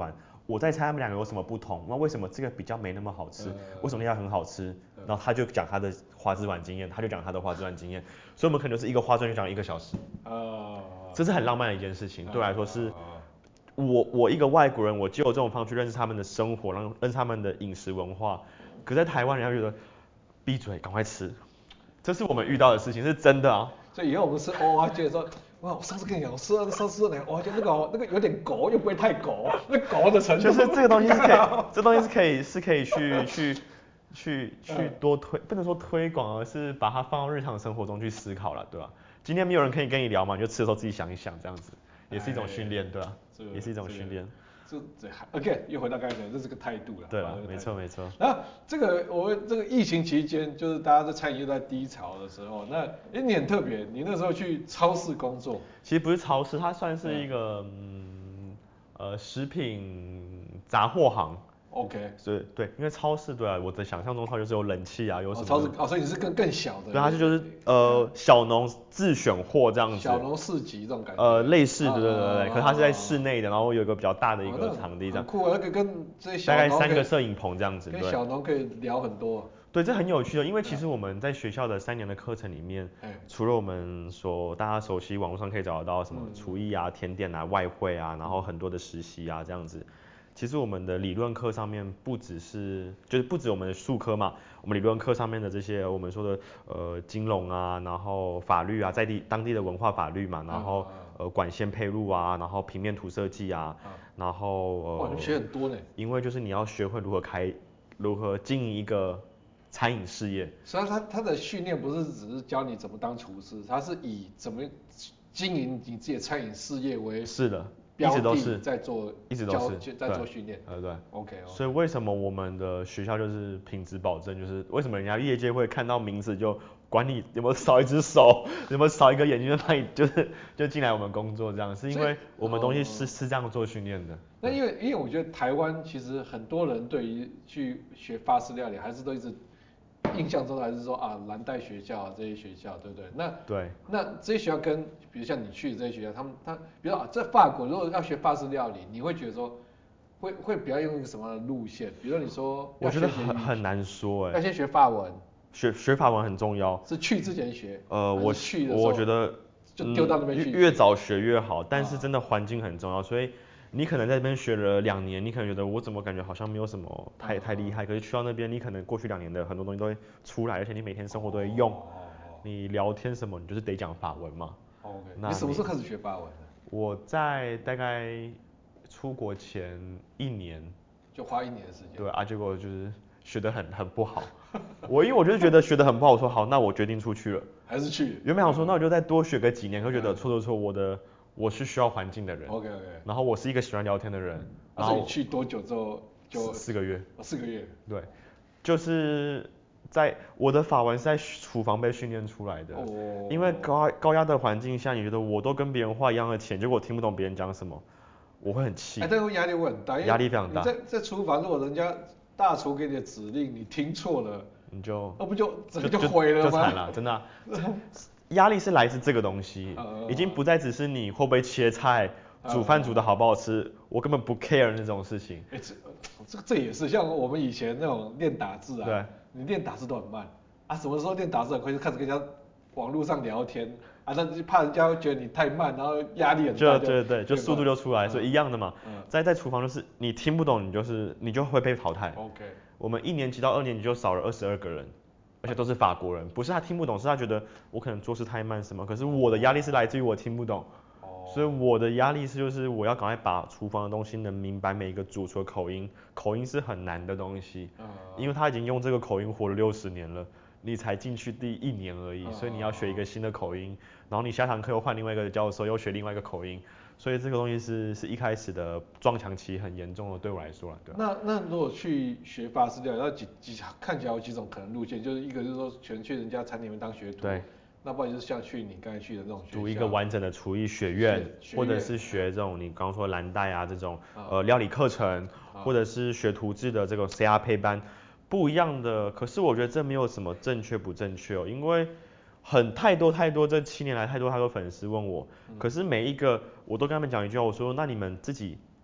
我在猜他们两个有什么不同，那为什么这个比较没那么好吃，为什么那家很好吃，然后他就讲他的花枝丸经验，所以我们可能就是一个花枝丸就讲1个小时，这是很浪漫的一件事情，对我来说是。我一个外国人，我就有这种方式去认识他们的生活，认识他们的饮食文化。可在台湾人家觉得闭嘴，赶快吃，这是我们遇到的事情，是真的啊。 所以以后我们吃蚵仔煎说，哇，我上次跟你讲，我吃了上次那个蚵仔煎，那个有点狗，又不会太狗，那狗的程度。 就是这个东西是可以，这东西是可以去多推，不能说推广，而是把它放到日常生活中去思考了，对吧？今天没有人可以跟你聊嘛，你就吃的时候自己想一想，这样子也是一种训练，对吧？也是一种训练。 这 again 又回到刚才讲，这是个态度了。 对了，没错。 然后我们这个疫情期间，就是大家在餐饮业在低潮的时候，那你很特别，你那时候去超市工作。 其实不是超市，它算是一个食品杂货行。 OK。 对，因为超市对啊，我的想象中它就是有冷气啊，有什么。 超市所以你是更小的。 对，它就是小农自选货这样子。 小农市集这种感觉。 类似对，可是它是在室内的，然后有一个比较大的一个场地这样。 很酷啊，跟这些小农大概3个摄影棚这样子。 跟小农可以聊很多。 对，这很有趣的，因为其实我们在学校的3年的课程里面，除了我们大家熟悉网络上可以找得到什么厨艺啊、甜点啊、外汇啊，然后很多的实习啊这样子。其实我们的理论课上面不止我们的术科嘛，我们理论课上面的这些我们说的金融啊，然后法律啊，当地的文化法律嘛，然后管线配路啊，然后平面图设计啊，然后你学很多呢。 因为就是你要学会如何经营一个餐饮事业。 所以他的训练不是只是教你怎么当厨师，他是以怎么经营你自己的餐饮事业为。 是的。一直都是在做训练。 对。 OK。 所以为什么我们的学校就是品质保证，就是为什么人家业界会看到名字就管你有没有少一只手，有没有少一个眼睛，就把你就进来我们工作这样，是因为我们东西是这样做训练的。 那因为我觉得台湾其实很多人对于去学法式料理还是都一直印象中还是说啊蓝带学校啊这些学校，对不对？那这些学校跟比如像你去的这些学校，他比如说在法国如果要学法式料理，你会觉得说会比较用一个什么样的路线？比如说你说我觉得很难说要先学法文， 学法文很重要。 是去之前学？ 我觉得就丢到那边去， 越早学越好，但是真的环境很重要，所以。你可能在这边学了2年，你可能觉得我怎么感觉好像没有什么太厉害，可是去到那边，你可能过去2年的很多东西都会出来，而且你每天生活都会用。你聊天什么，你就是得讲法文嘛。 OK。你什么时候开始学法文的？ 我在大概出国前1年。 就花1年的时间。 对啊，结果就是学得很不好。因为我就是觉得学得很不好，我说好，那我决定出去了。 还是去？ 原本想说那我就再多学个几年，可觉得错，我是需要环境的人。 OK。 然后我是一个喜欢聊天的人。 然后你去多久之后就 ？4个月。 4个月。 对，就是在我的法文是在厨房被训练出来的。因为高压的环境下，你觉得我都跟别人花一样的钱，结果我听不懂别人讲什么，我会很气。 这个压力会很大。 压力非常大。 你在厨房，如果人家大厨给你的指令你听错了， 你就不就整个就毁了吗？ 就惨了，真的啊。压力是来自这个东西，已经不再只是你会不会切菜，煮饭煮的好不好吃，我根本不 care 那种事情。 这也是像我们以前那种练打字啊， 对， 你练打字都很慢啊，什么时候练打字很快就开始跟人家网络上聊天啊，但是怕人家会觉得你太慢，然后压力很大。 对，就速度就出来，所以一样的嘛。在厨房就是你听不懂，你就会被淘汰。 OK。 我们1年级到2年级就少了22个人。而且都是法国人，不是他听不懂，是他觉得我可能做事太慢什么。可是我的压力是来自于我听不懂，所以我的压力就是我要赶快把厨房的东西能明白每一个主厨的口音，口音是很难的东西，因为他已经用这个口音活了60年了，你才进去第1年而已，所以你要学一个新的口音，然后你下堂课又换另外一个教授又学另外一个口音，所以这个东西是一开始的撞墙期很严重的，对我来说啦，对。 那如果去学法式料理，那看起来有几种可能路线，就是一个就是说全去人家餐厅里面当学徒， 对。 那不然就是像去你刚才去的那种学校， 读一个完整的厨艺学院，或者是学这种你刚刚说蓝带啊这种料理课程，或者是学徒制的这个 CR 配班，不一样的。可是我觉得这没有什么正确不正确哦，因为太多这7年来太多粉丝问我，可是每一个我都跟他们讲一句话，我说那你们自己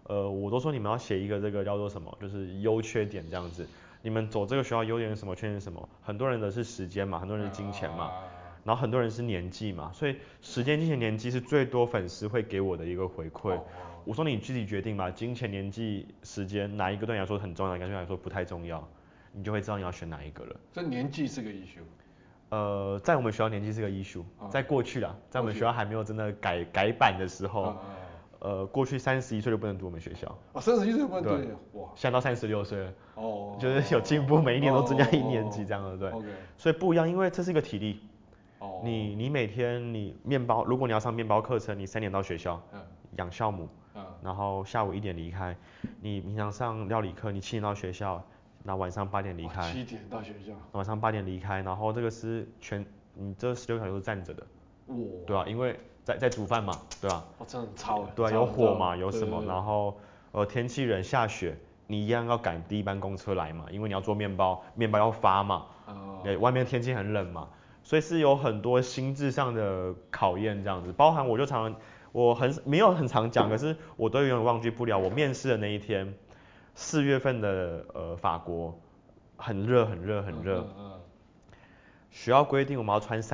我都说你们要写一个这个叫做什么，就是优缺点这样子。你们走这个学校优点是什么，缺点是什么？很多人的是时间嘛，很多人是金钱嘛，然后很多人是年纪嘛，所以时间、金钱、年纪是最多粉丝会给我的一个回馈。我说你自己决定吧，金钱、年纪、时间哪一个对你来说很重要，哪一个对你来说不太重要，你就会知道你要选哪一个了。 这年纪是个 issue。 在我们学校年纪是个 issue，在过去啦，在我们学校还没有真的改版的时候，过去31岁就不能读我们学校。 31岁不能读， 哇！现在到36岁了，就是有进步，每一年都增加1年级这样的，对。所以不一样，因为这是一个体力。你每天你面包，如果你要上面包课程，你3点到学校，养酵母，然后下午1点离开。你平常上料理课，你7点到学校。那晚上8点离开 ，7点到学校， 晚上8点离开，然后这个是你这16小时都是站着的，对啊，因为在煮饭嘛，对吧？ 真的很超， 对啊，有火嘛，有什么，然后天气冷下雪，你一样要赶第一班公车来嘛，因为你要做面包，面包要发嘛，对，外面天气很冷嘛，所以是有很多心智上的考验这样子，包含我没有很常讲，可是我都永远忘记不了我面试的那一天。4月份的法国很热，学校规定我们要穿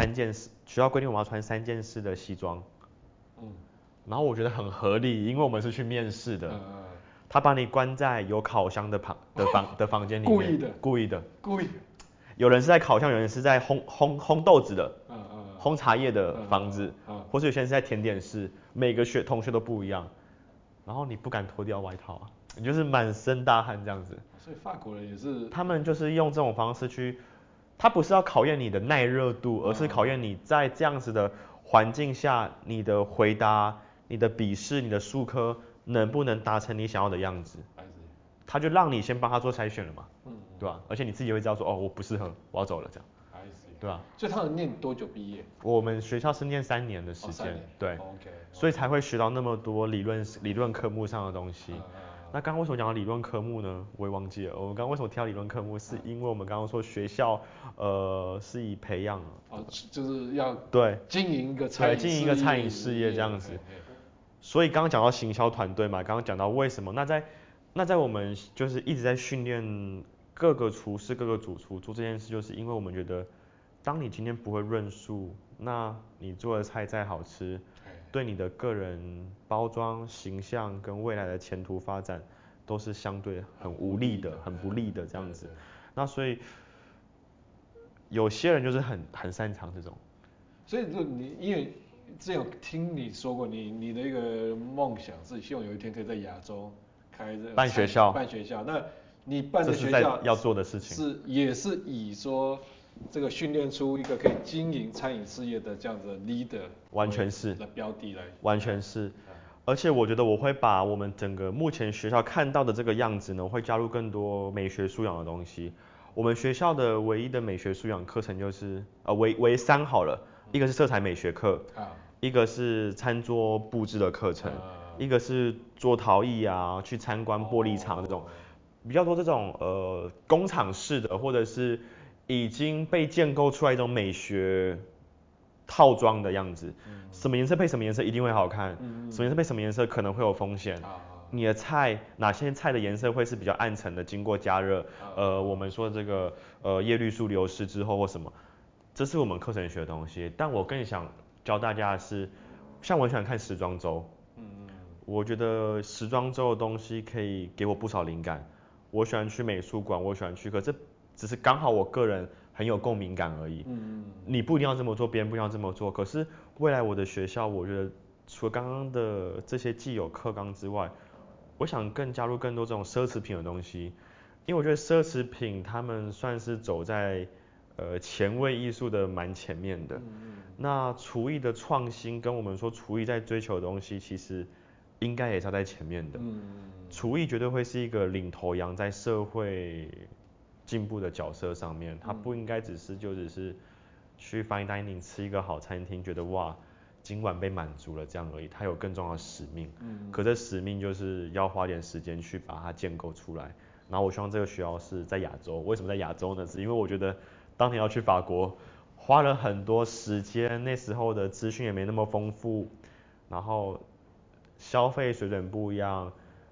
3件式的西装，然后我觉得很合理，因为我们是去面试的，他把你关在有烤箱的房间里面，故意的，有人是在烤箱，有人是在烘豆子的，烘茶叶的房子，或是有些人是在甜点室，每个同学都不一样，然后你不敢脱掉外套啊。你就是满身大汗这样子， 所以法国人也是， 他们就是用这种方式去，他不是要考验你的耐热度，而是考验你在这样子的环境下，你的回答、你的笔试、你的术科能不能达成你想要的样子。他就让你先帮他做筛选了嘛，对吧？而且你自己会知道说，我不适合，我要走了这样，对吧？ 所以他们念多久毕业？ 我们学校是念3年的时间，对，所以才会学到那么多理论科目上的东西。那刚刚为什么讲到理论科目呢？我也忘记了。我们刚刚为什么挑理论科目？是因为我们刚刚说学校，是以培养， 就是要经营一个餐饮事业这样子。所以刚刚讲到行销团队嘛，刚刚讲到为什么？那在我们就是一直在训练各个厨师、各个主厨做这件事，就是因为我们觉得，当你今天不会论述，那你做的菜再好吃。对你的个人包装形象跟未来的前途发展，都是相对很无力的、很不利的这样子。那所以有些人就是很擅长这种。 所以你因为之前有听你说过，你的一个梦想是希望有一天可以在亚洲开办学校。 那你办的学校要做的事情也是以说这个训练出一个可以经营餐饮事业的这样子的 leader， 完全是的标的来， 完全是。而且我觉得我会把我们整个目前学校看到的这个样子呢，会加入更多美学素养的东西。我们学校的唯一的美学素养课程就是为3好了，一个是色彩美学课，一个是餐桌布置的课程，一个是做陶艺啊，去参观玻璃厂这种。比较多这种工厂式的，或者是已经被建构出来一种美学套装的样子。什么颜色配什么颜色一定会好看，什么颜色配什么颜色可能会有风险。你的菜哪些菜的颜色会是比较暗沉的，经过加热，我们说这个叶绿素流失之后或什么，这是我们课程学的东西。但我更想教大家的是，像我很喜欢看时装周，我觉得时装周的东西可以给我不少灵感。我喜欢去美术馆，我喜欢去，可这只是刚好我个人很有共鸣感而已。你不一定要这么做，别人不一定要这么做。可是未来我的学校，我觉得除了刚刚的这些既有课纲之外，我想更加入更多这种奢侈品的东西，因为我觉得奢侈品他们算是走在前卫艺术的蛮前面的。那厨艺的创新跟我们说厨艺在追求的东西，其实应该也是要在前面的。厨艺绝对会是一个领头羊在社会进步的角色上面，它不应该只是去 fine dining 吃一个好餐厅，觉得哇今晚被满足了这样而已，它有更重要的使命。可这使命就是要花点时间去把它建构出来。然后我希望这个学校是在亚洲，为什么在亚洲呢？是因为我觉得当年要去法国，花了很多时间，那时候的资讯也没那么丰富，然后消费水准不一样，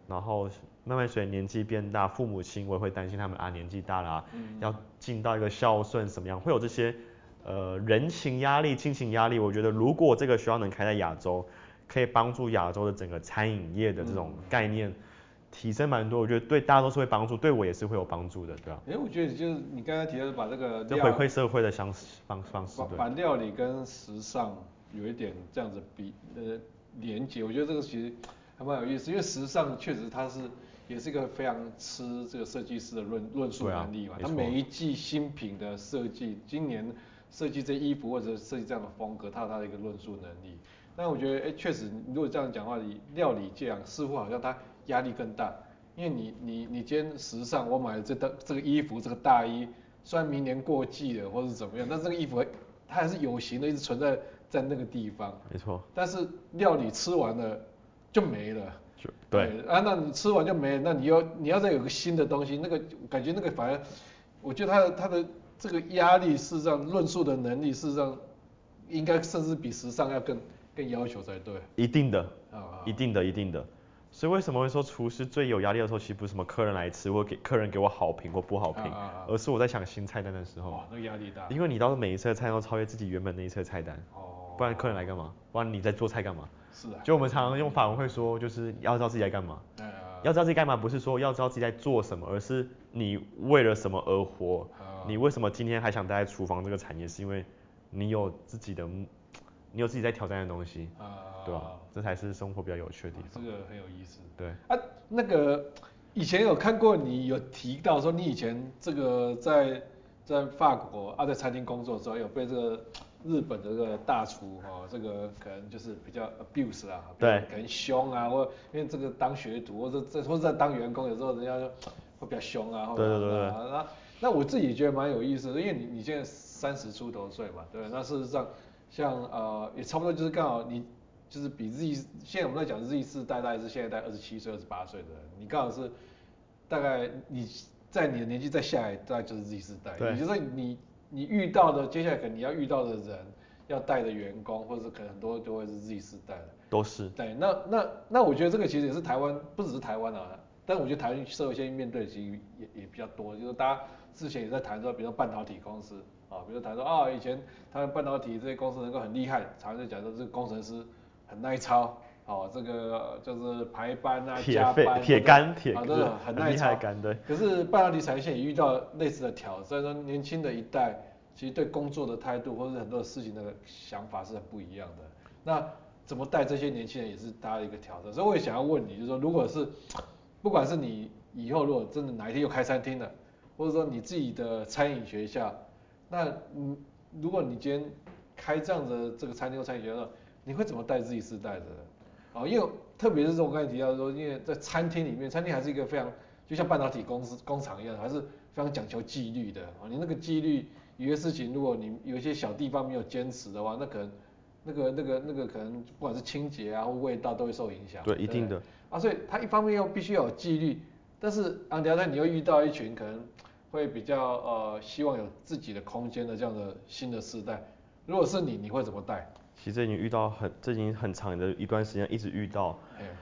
然后慢慢随年纪变大，父母亲我也会担心他们年纪大了要尽到一个孝顺什么样，会有这些人情压力、亲情压力。我觉得如果这个学校能开在亚洲，可以帮助亚洲的整个餐饮业的这种概念提升蛮多，我觉得对大家都是会帮助，对我也是会有帮助的，对吧？ 我觉得就是你刚才提到把这个就回馈社会的方式， 把料理跟时尚有一点这样子连结，我觉得这个其实还蛮有意思，因为时尚确实也是一个非常吃这个设计师的论述能力嘛，他每一季新品的设计，今年设计这衣服或者设计这样的风格，它有它的一个论述能力。但我觉得确实如果这样讲的话，料理界似乎好像它压力更大，因为你今天时尚，我买了这个衣服这个大衣，虽然明年过季了或者怎么样，但这个衣服它还是有形的一直存在那个地方。 没错。 但是料理吃完了就没了。 对那你吃完就没了，那你要再有个新的东西，那个感觉那个反而，我觉得它的这个压力事实上论述的能力事实上应该甚至比时尚要更要求才对。 一定的。所以为什么会说厨师最有压力的时候，其实不是什么客人来吃，或客人给我好评或不好评，而是我在想新菜单的时候。 那个压力大。 因为你到每一次的菜单都超越自己原本那一次的菜单。不然客人来干嘛？不然你在做菜干嘛？ 是啊。 就我们常常用法文会说，就是要知道自己在干嘛。要知道自己干嘛，不是说要知道自己在做什么，而是你为了什么而活。你为什么今天还想待在厨房这个产业？是因为你有自己在挑战的东西，对吧？这才是生活比较有趣的地方。 这个很有意思。 对。 那个以前有看过你有提到说你以前这个在法国在餐厅工作的时候有被这个日本的这个大厨这个可能就是比较 abuse 啊， 对， 可能凶啊，或因为这个当学徒或者在当员工，有时候人家就会比较凶啊， 对。 那我自己觉得蛮有意思的，因为你现在30出头岁嘛，对，那事实上像也差不多就是刚好你就是比现在我们在讲Z世代，大概是现在在27岁、28岁的人，你刚好是大概你在你的年纪再下来，大概就是 Z 世代，也就是说你遇到的接下来可能你要遇到的人，要带的员工，或者是可能很多都会是 Z 世代的， 都是。 对，那我觉得这个其实也是台湾，不只是台湾啊，但我觉得台湾社会现在面对的其实也比较多，就是大家之前也在谈说，比如说半导体公司比如谈说以前他们半导体这些公司能够很厉害，常常就讲说这个工程师很耐操，这个就是排班加班， 铁杆， 都是很耐操。 对。 可是半导体产业现在也遇到类似的挑战，说年轻的一代其实对工作的态度或者是很多事情的想法是很不一样的。那怎么带这些年轻人也是大家的一个挑战。所以我也想要问你，就是说，如果是不管是你以后如果真的哪一天又开餐厅了，或者说你自己的餐饮学校，那如果你今天开这样的这个餐厅或餐饮学校，你会怎么带自己世代的人？因为特别是我刚才提到说，因为在餐厅里面，餐厅还是一个非常就像半导体工厂一样，还是非常讲求纪律的。你那个纪律，有些事情如果你有一些小地方没有坚持的话，那可能那个可能不管是清洁或味道都会受影响。 对，一定的。 所以他一方面又必须要有纪律，但是on the other hand你又遇到一群可能会比较希望有自己的空间的这样的新的世代，如果是你会怎么带？ 其实已经遇到这已经很长的一段时间一直遇到。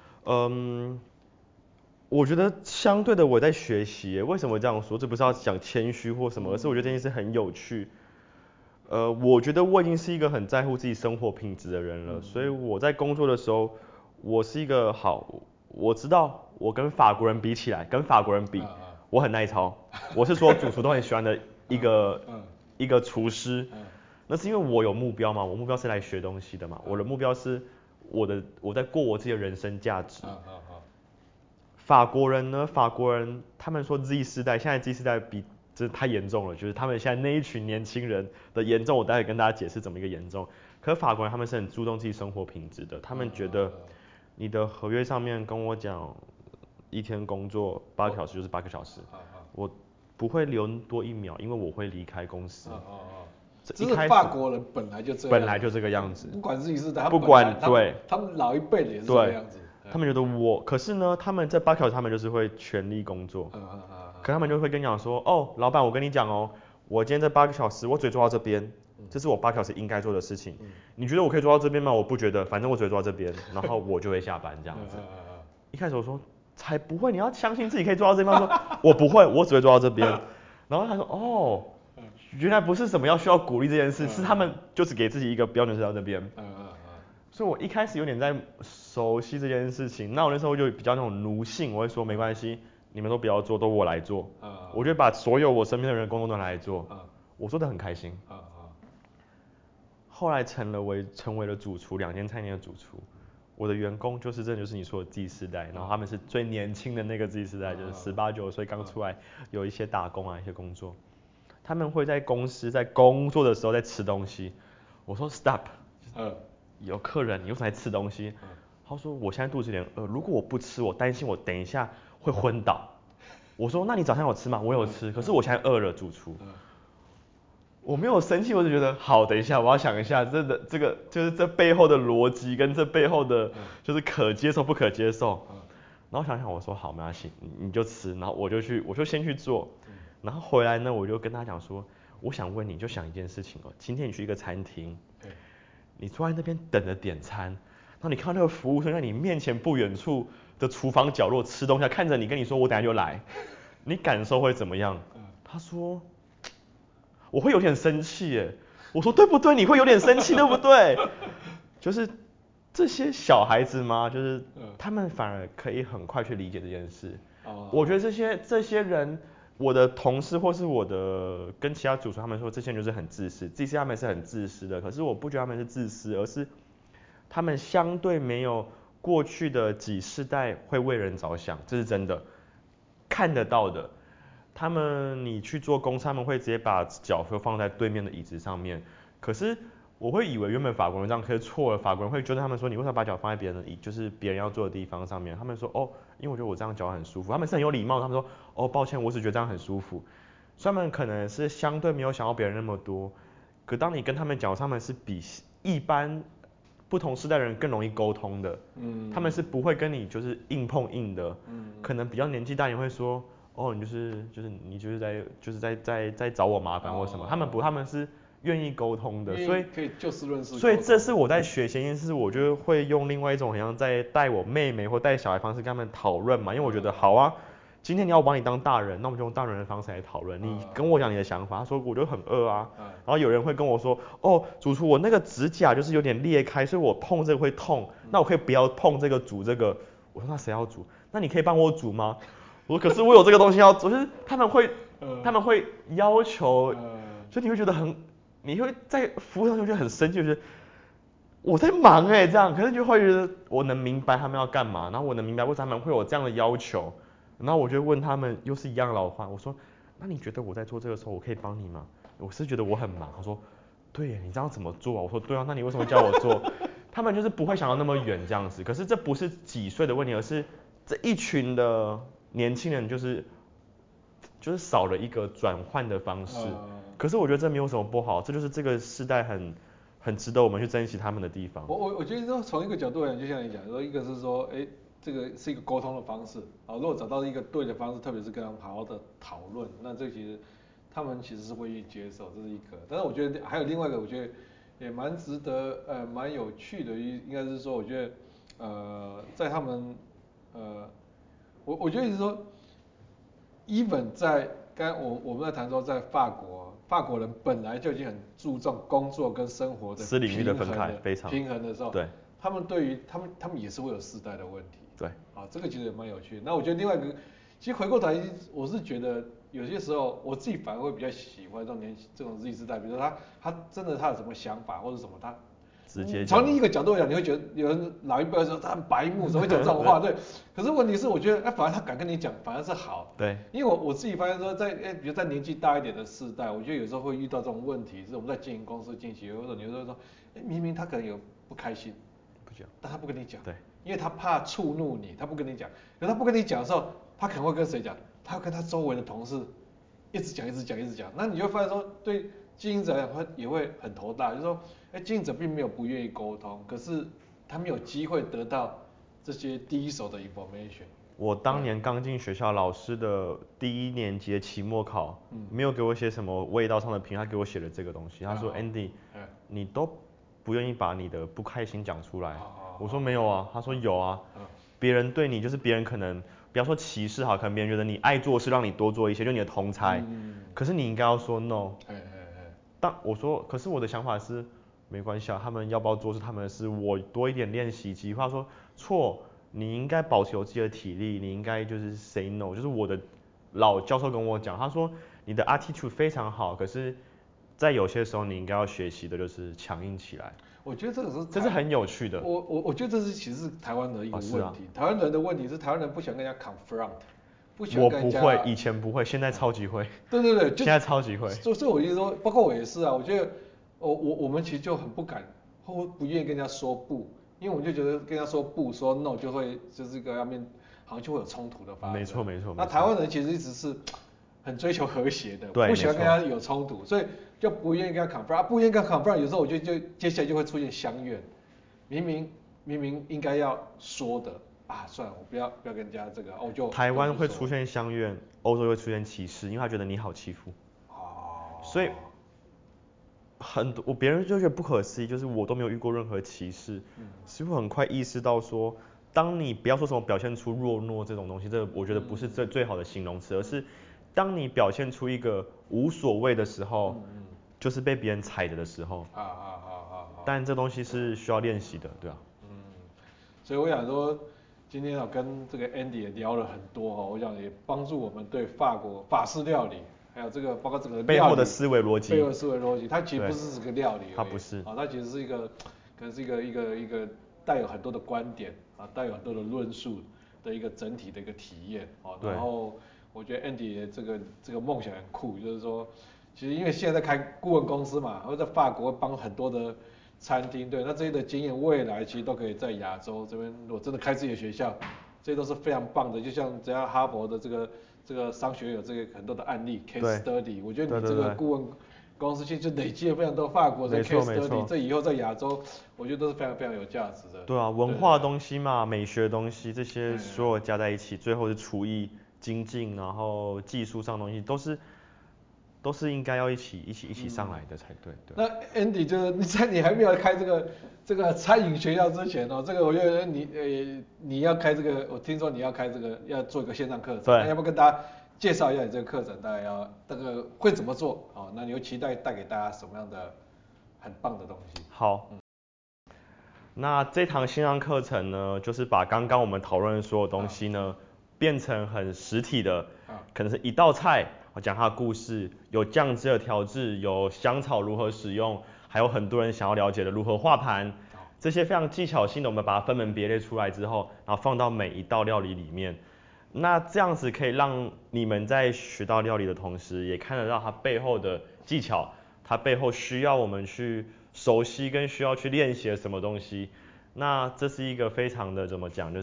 我觉得相对的我在学习，为什么这样说？这不是要讲谦虚或什么，而是我觉得这件事很有趣。我觉得我已经是一个很在乎自己生活品质的人了，所以我在工作的时候，我是一个我知道我跟法国人比起来，我很耐操。我是说主厨都很喜欢的一个厨师。那是因为我有目标嘛，我目标是来学东西的嘛，我的目标是我在过我自己的人生价值。法国人他们说 Z 世代，现在 Z 世代比这太严重了，就是他们现在那一群年轻人的严重，我待会跟大家解释怎么一个严重。可是法国人他们是很注重自己生活品质的，他们觉得你的合约上面跟我讲一天工作8个小时就是8个小时，我不会留多1秒，因为我会离开公司。 这是法国人本来就这个样子， 不管Z世代， 不管对， 他们老一辈的也是这个样子。 他们觉得可是呢，他们在8小时他们就是会全力工作。可他们就会跟你讲说，老板，我跟你讲我今天这8个小时我只做到这边，这是我8小时应该做的事情。你觉得我可以做到这边吗？我不觉得，反正我只会做到这边，然后我就会下班这样子。一开始我说才不会，你要相信自己可以做到这边。他说我不会，我只会做到这边。然后他说哦，原来不是什么需要鼓励这件事，是他们就是给自己一个标准是到那边。所以我一开始有点在熟悉这件事情，那我那时候就比较那种奴性，我会说没关系，你们都不要做，都我来做。我就把所有我身边的人的工作都来做，我做得很开心。后来成为了主厨，2间餐厅的主厨。我的员工就是真的就是你说的 Z 世代，然后他们是最年轻的那个 Z 世代，就是18、19岁刚出来，有一些打工啊一些工作，他们会在公司在工作的时候在吃东西。我说 stop，有客人你为什么在吃东西？他说我现在肚子有点饿，如果我不吃，我担心我等一下会昏倒。我说那你早上有吃吗？我有吃，可是我现在饿了，主厨。我没有生气，我就觉得好，等一下我要想一下，这个就是这背后的逻辑跟这背后的就是可接受不可接受。然后想想我说好没关系，你就吃，然后我就先去做，然后回来呢我就跟他讲说，我想问你就想一件事情哦，今天你去一个餐厅，你坐在那边等着点餐，然后你看到那个服务生在你面前不远处的厨房角落吃东西，看着你跟你说我等下就来，你感受会怎么样？他说。我会有点生气耶，我说对不对？你会有点生气对不对？就是这些小孩子嘛，就是他们反而可以很快去理解这件事。我觉得这些人，我的同事或是我的跟其他主厨他们说，这些人就是很自私，其实他们是很自私的。可是我不觉得他们是自私，而是他们相对没有过去的几世代会为人着想，这是真的，看得到的。你去做公司，他们会直接把脚放在对面的椅子上面。可是我会以为原本法国人这样，可是错了，法国人会纠正他们说，你为什么把脚放在别人的就是别人要坐的地方上面？他们说哦，因为我觉得我这样脚很舒服。他们是很有礼貌，他们说哦，抱歉，我只觉得这样很舒服。所以他们可能是相对没有想到别人那么多。可当你跟他们讲，他们是比一般不同世代的人更容易沟通的。他们是不会跟你就是硬碰硬的。可能比较年纪大人会说。哦，你在找我麻烦或什么？他们不，他们是愿意沟通的，所以可以就事论事。 所以这是我在学谐音，是我觉得会用另外一种好像在带我妹妹或带小孩方式跟他们讨论嘛，因为我觉得好啊，今天你要我把你当大人，那我们就用大人的方式来讨论。你跟我讲你的想法，他说我就很饿啊，然后有人会跟我说，哦，主厨我那个指甲就是有点裂开，所以我碰这个会痛，那我可以不要碰这个煮这个。我说那谁要煮？那你可以帮我煮吗？我可是我有这个东西要做，就是他们会要求，所以你会觉得你会在服务上就觉得很生气，就是我在忙这样，可是就会觉得我能明白他们要干嘛，然后我能明白为什么他们会有这样的要求，然后我就问他们又是一样的老话，我说那你觉得我在做这个时候我可以帮你吗？我是觉得我很忙，他说对耶，你知道怎么做啊？我说对啊，那你为什么叫我做？他们就是不会想到那么远这样子，可是这不是几岁的问题，而是这一群的年轻人就是少了一个转换的方式。可是我觉得这没有什么不好，这就是这个时代很值得我们去珍惜他们的地方。 我觉得说从一个角度来讲，就像你讲说，一个是说，这个是一个沟通的方式啊，如果找到一个对的方式，特别是跟他们好好的讨论，那这其实他们其实是会去接受，这是一个。但是我觉得还有另外一个，我觉得也蛮值得蛮有趣的，应该是说，我觉得在他们我觉得是说，even 在我们在谈说，在法国人本来就已经很注重工作跟生活的私领域的分开，非常平衡的时候， 对， 他们对于他们也是会有世代的问题， 对， 啊，这个其实也蛮有趣的。那我觉得另外一个，其实回过头来，我是觉得有些时候我自己反而会比较喜欢这种 Z 世代，比如说他真的他有什么想法或者什么他。 直接从另一个角度来讲，你会觉得有人老一辈说他很白目，怎么会讲这种话？对。可是问题是，我觉得反而他敢跟你讲，反而是好。 对。 因为我自己发现说，比如在年纪大一点的世代，我觉得有时候会遇到这种问题，是我们在经营公司、经营企业，或者你会说，明明他可能有不开心， 不讲， 但他不跟你讲。 对。 因为他怕触怒你，他不跟你讲。可他不跟你讲的时候，他可能会跟谁讲？他会跟他周围的同事一直讲。那你就发现说，对。经营者也会很头大，就是说，经营者并没有不愿意沟通，可是他没有机会得到这些第一手的 information。 我当年刚进学校，老师的第1年级的期末考，没有给我写什么味道上的评，他给我写了这个东西。他说 Andy，你都不愿意把你的不开心讲出来。我说没有啊，他说有啊。别人对你就是别人可能比方说歧视好，可能别人觉得你爱做事让你多做一些，就你的同才，可是你应该要说 no。但我说，可是我的想法是，没关系啊，他们要不要做是他们的事，我多一点练习机会。他说错，你应该保持有自己的体力，你应该就是 say no。就是我的老教授跟我讲，他说你的 attitude 非常好，可是，在有些时候你应该要学习的就是强硬起来。 我觉得这是很有趣的。 我觉得这是其实是台湾的一个问题。台湾人的问题是台湾人不喜欢跟人家 confront， 不喜欢跟人家。 我不会，以前不会，现在超级会。 对， 现在超级会。 所以我就说，包括我也是啊。我觉得我们其实就很不敢或不愿意跟人家说不，因为我们就觉得跟人家说不说 no 就是一个好像就会有冲突的发生。 没错。 那台湾人其实一直是很追求和谐的， 对， 不喜欢跟人家有冲突，所以就不愿意跟他 confront，不愿意跟他 confront，有时候我就接下来就会出现相怨。明明应该要说的啊，算了，我不要跟人家这个，我就台湾会出现相怨，欧洲会出现歧视，因为他觉得你好欺负。所以我别人就觉得不可思议，就是我都没有遇过任何歧视，所以我很快意识到说，当你不要说什么表现出弱懦这种东西，这个我觉得不是最好的形容词，而是当你表现出一个无所谓的时候，就是被别人踩着的时候。但这东西是需要练习的，对啊。 所以我想说，今天跟这个 Andy 也聊了很多我想也帮助我们对法式料理，还有这个包括整个背后的思维逻辑，它其实不是个料理而已， 它不是， 它其实是可能是一个带有很多的观点带有很多的论述的一个整体的一个体验然后我觉得 Andy 这个梦想很酷，就是说，其实因为现在在开顾问公司嘛，会在法国帮很多的餐厅，对，那这些的经验未来其实都可以在亚洲这边，如果真的开自己的学校，这些都是非常棒的。就像只要哈佛的这个商学有这个很多的案例 case study， 我觉得你这个顾问公司其实就累积了非常多法国的 case study， 这以后在亚洲我觉得都是非常非常有价值的。 对啊，文化的东西嘛，美学的东西，这些所有加在一起，最后是厨艺精进，然后技术上的东西都是应该要一起上来的才对。 那 Andy 就是在你还没有开这个餐饮学校之前这个我觉得你要开这个，我听说你要开这个要做一个线上课程，那要不要跟大家介绍一下你这个课程，大概要这个会怎么做那你又期待带给大家什么样的很棒的东西？ 好。那这堂线上课程呢，就是把刚刚我们讨论的所有东西呢，变成很实体的，可能是一道菜，我讲它的故事，有酱汁的调制，有香草如何使用，还有很多人想要了解的如何画盘，这些非常技巧性的，我们把它分门别类出来之后，然后放到每一道料理里面。那这样子可以让你们在学到料理的同时，也看得到它背后的技巧，它背后需要我们去熟悉跟需要去练习的什么东西。那这是一个非常的怎么讲，就是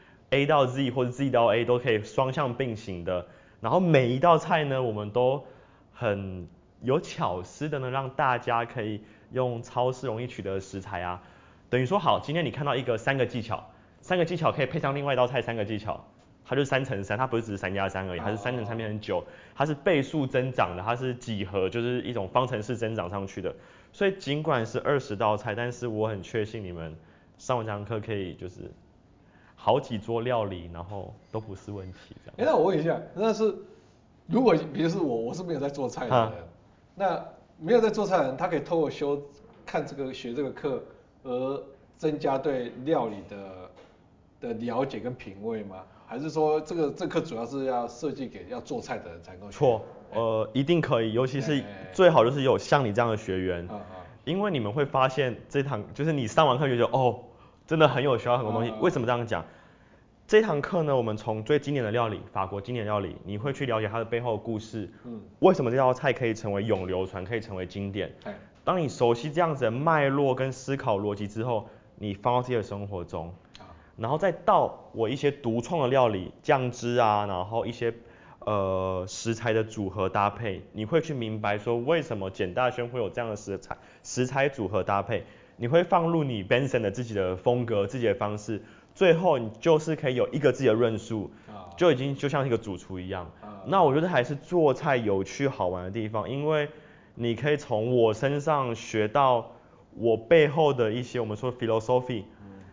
A 到 Z 或者 Z 到 A 都可以双向并行的。然后每一道菜呢，我们都很有巧思的呢，让大家可以用超市容易取得的食材啊，等于说好，今天你看到3个技巧，3个技巧可以配上另外一道菜3个技巧。它就是3×3，它不是只是3+3而已，它是3×3变成9，它是倍数增长的，它是几何，就是一种方程式增长上去的。所以尽管是20道菜，但是我很确信你们上完这堂课可以就是好几桌料理，然后都不是问题这样。 那我问一下，那是如果比如说我是没有在做菜的人，那没有在做菜的人，他可以透过看学这个课而增加对料理的了解跟品味吗？还是说这课主要是要设计给要做菜的人才能够学？ 错，一定可以，尤其是最好就是有像你这样的学员，因为你们会发现这堂就是你上完课就觉得真的很有学到很多东西。为什么这样讲？这堂课呢，我们从最经典的料理，法国经典料理，你会去了解它的背后的故事，为什么这道菜可以成为永流传，可以成为经典。当你熟悉这样子的脉络跟思考逻辑之后，你放到自己的生活中，然后再到我一些独创的料理，酱汁啊，然后一些食材的组合搭配，你会去明白说为什么简大轩会有这样的食材组合搭配，你会放入你 Benson 的自己的风格、自己的方式，最后你就是可以有一个自己的论述，就已经就像一个主厨一样。那我觉得还是做菜有趣好玩的地方，因为你可以从我身上学到我背后的一些我们说 philosophy。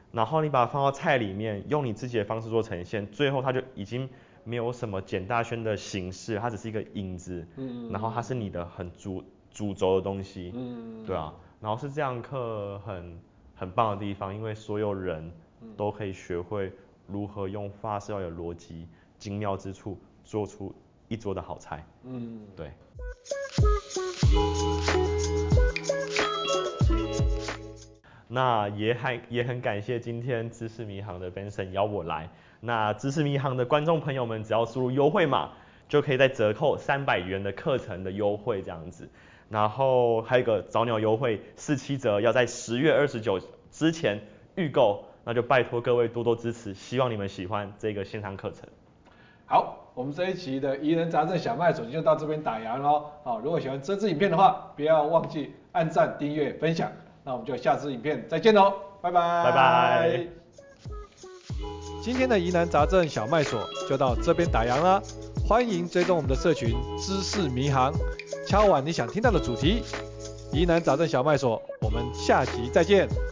然后你把它放到菜里面，用你自己的方式做呈现，最后它就已经没有什么简大轩的形式，它只是一个影子，然后它是你的很主轴的东西，对啊，然后是这样课很棒的地方，因为所有人都可以学会如何用法式料理的逻辑、精妙之处做出一桌的好菜，对。那也很感谢今天知识迷航的 Benson 邀我来。那知识迷航的观众朋友们，只要输入优惠码，就可以再折扣300元的课程的优惠这样子。然后还有一个早鸟优惠，47折，要在10月29之前预购，那就拜托各位多多支持，希望你们喜欢这个线上课程。 好，我们这一期的疑人杂症小麦所就到这边打烊咯。好，如果喜欢这支影片的话，不要忘记按赞、订阅、分享。那我们就下支影片再见喽，拜拜。 拜拜。 今天的疑难杂症小麦所就到这边打烊啦，欢迎追踪我们的社群知识迷航，敲碗你想听到的主题。疑难杂症小麦所，我们下集再见。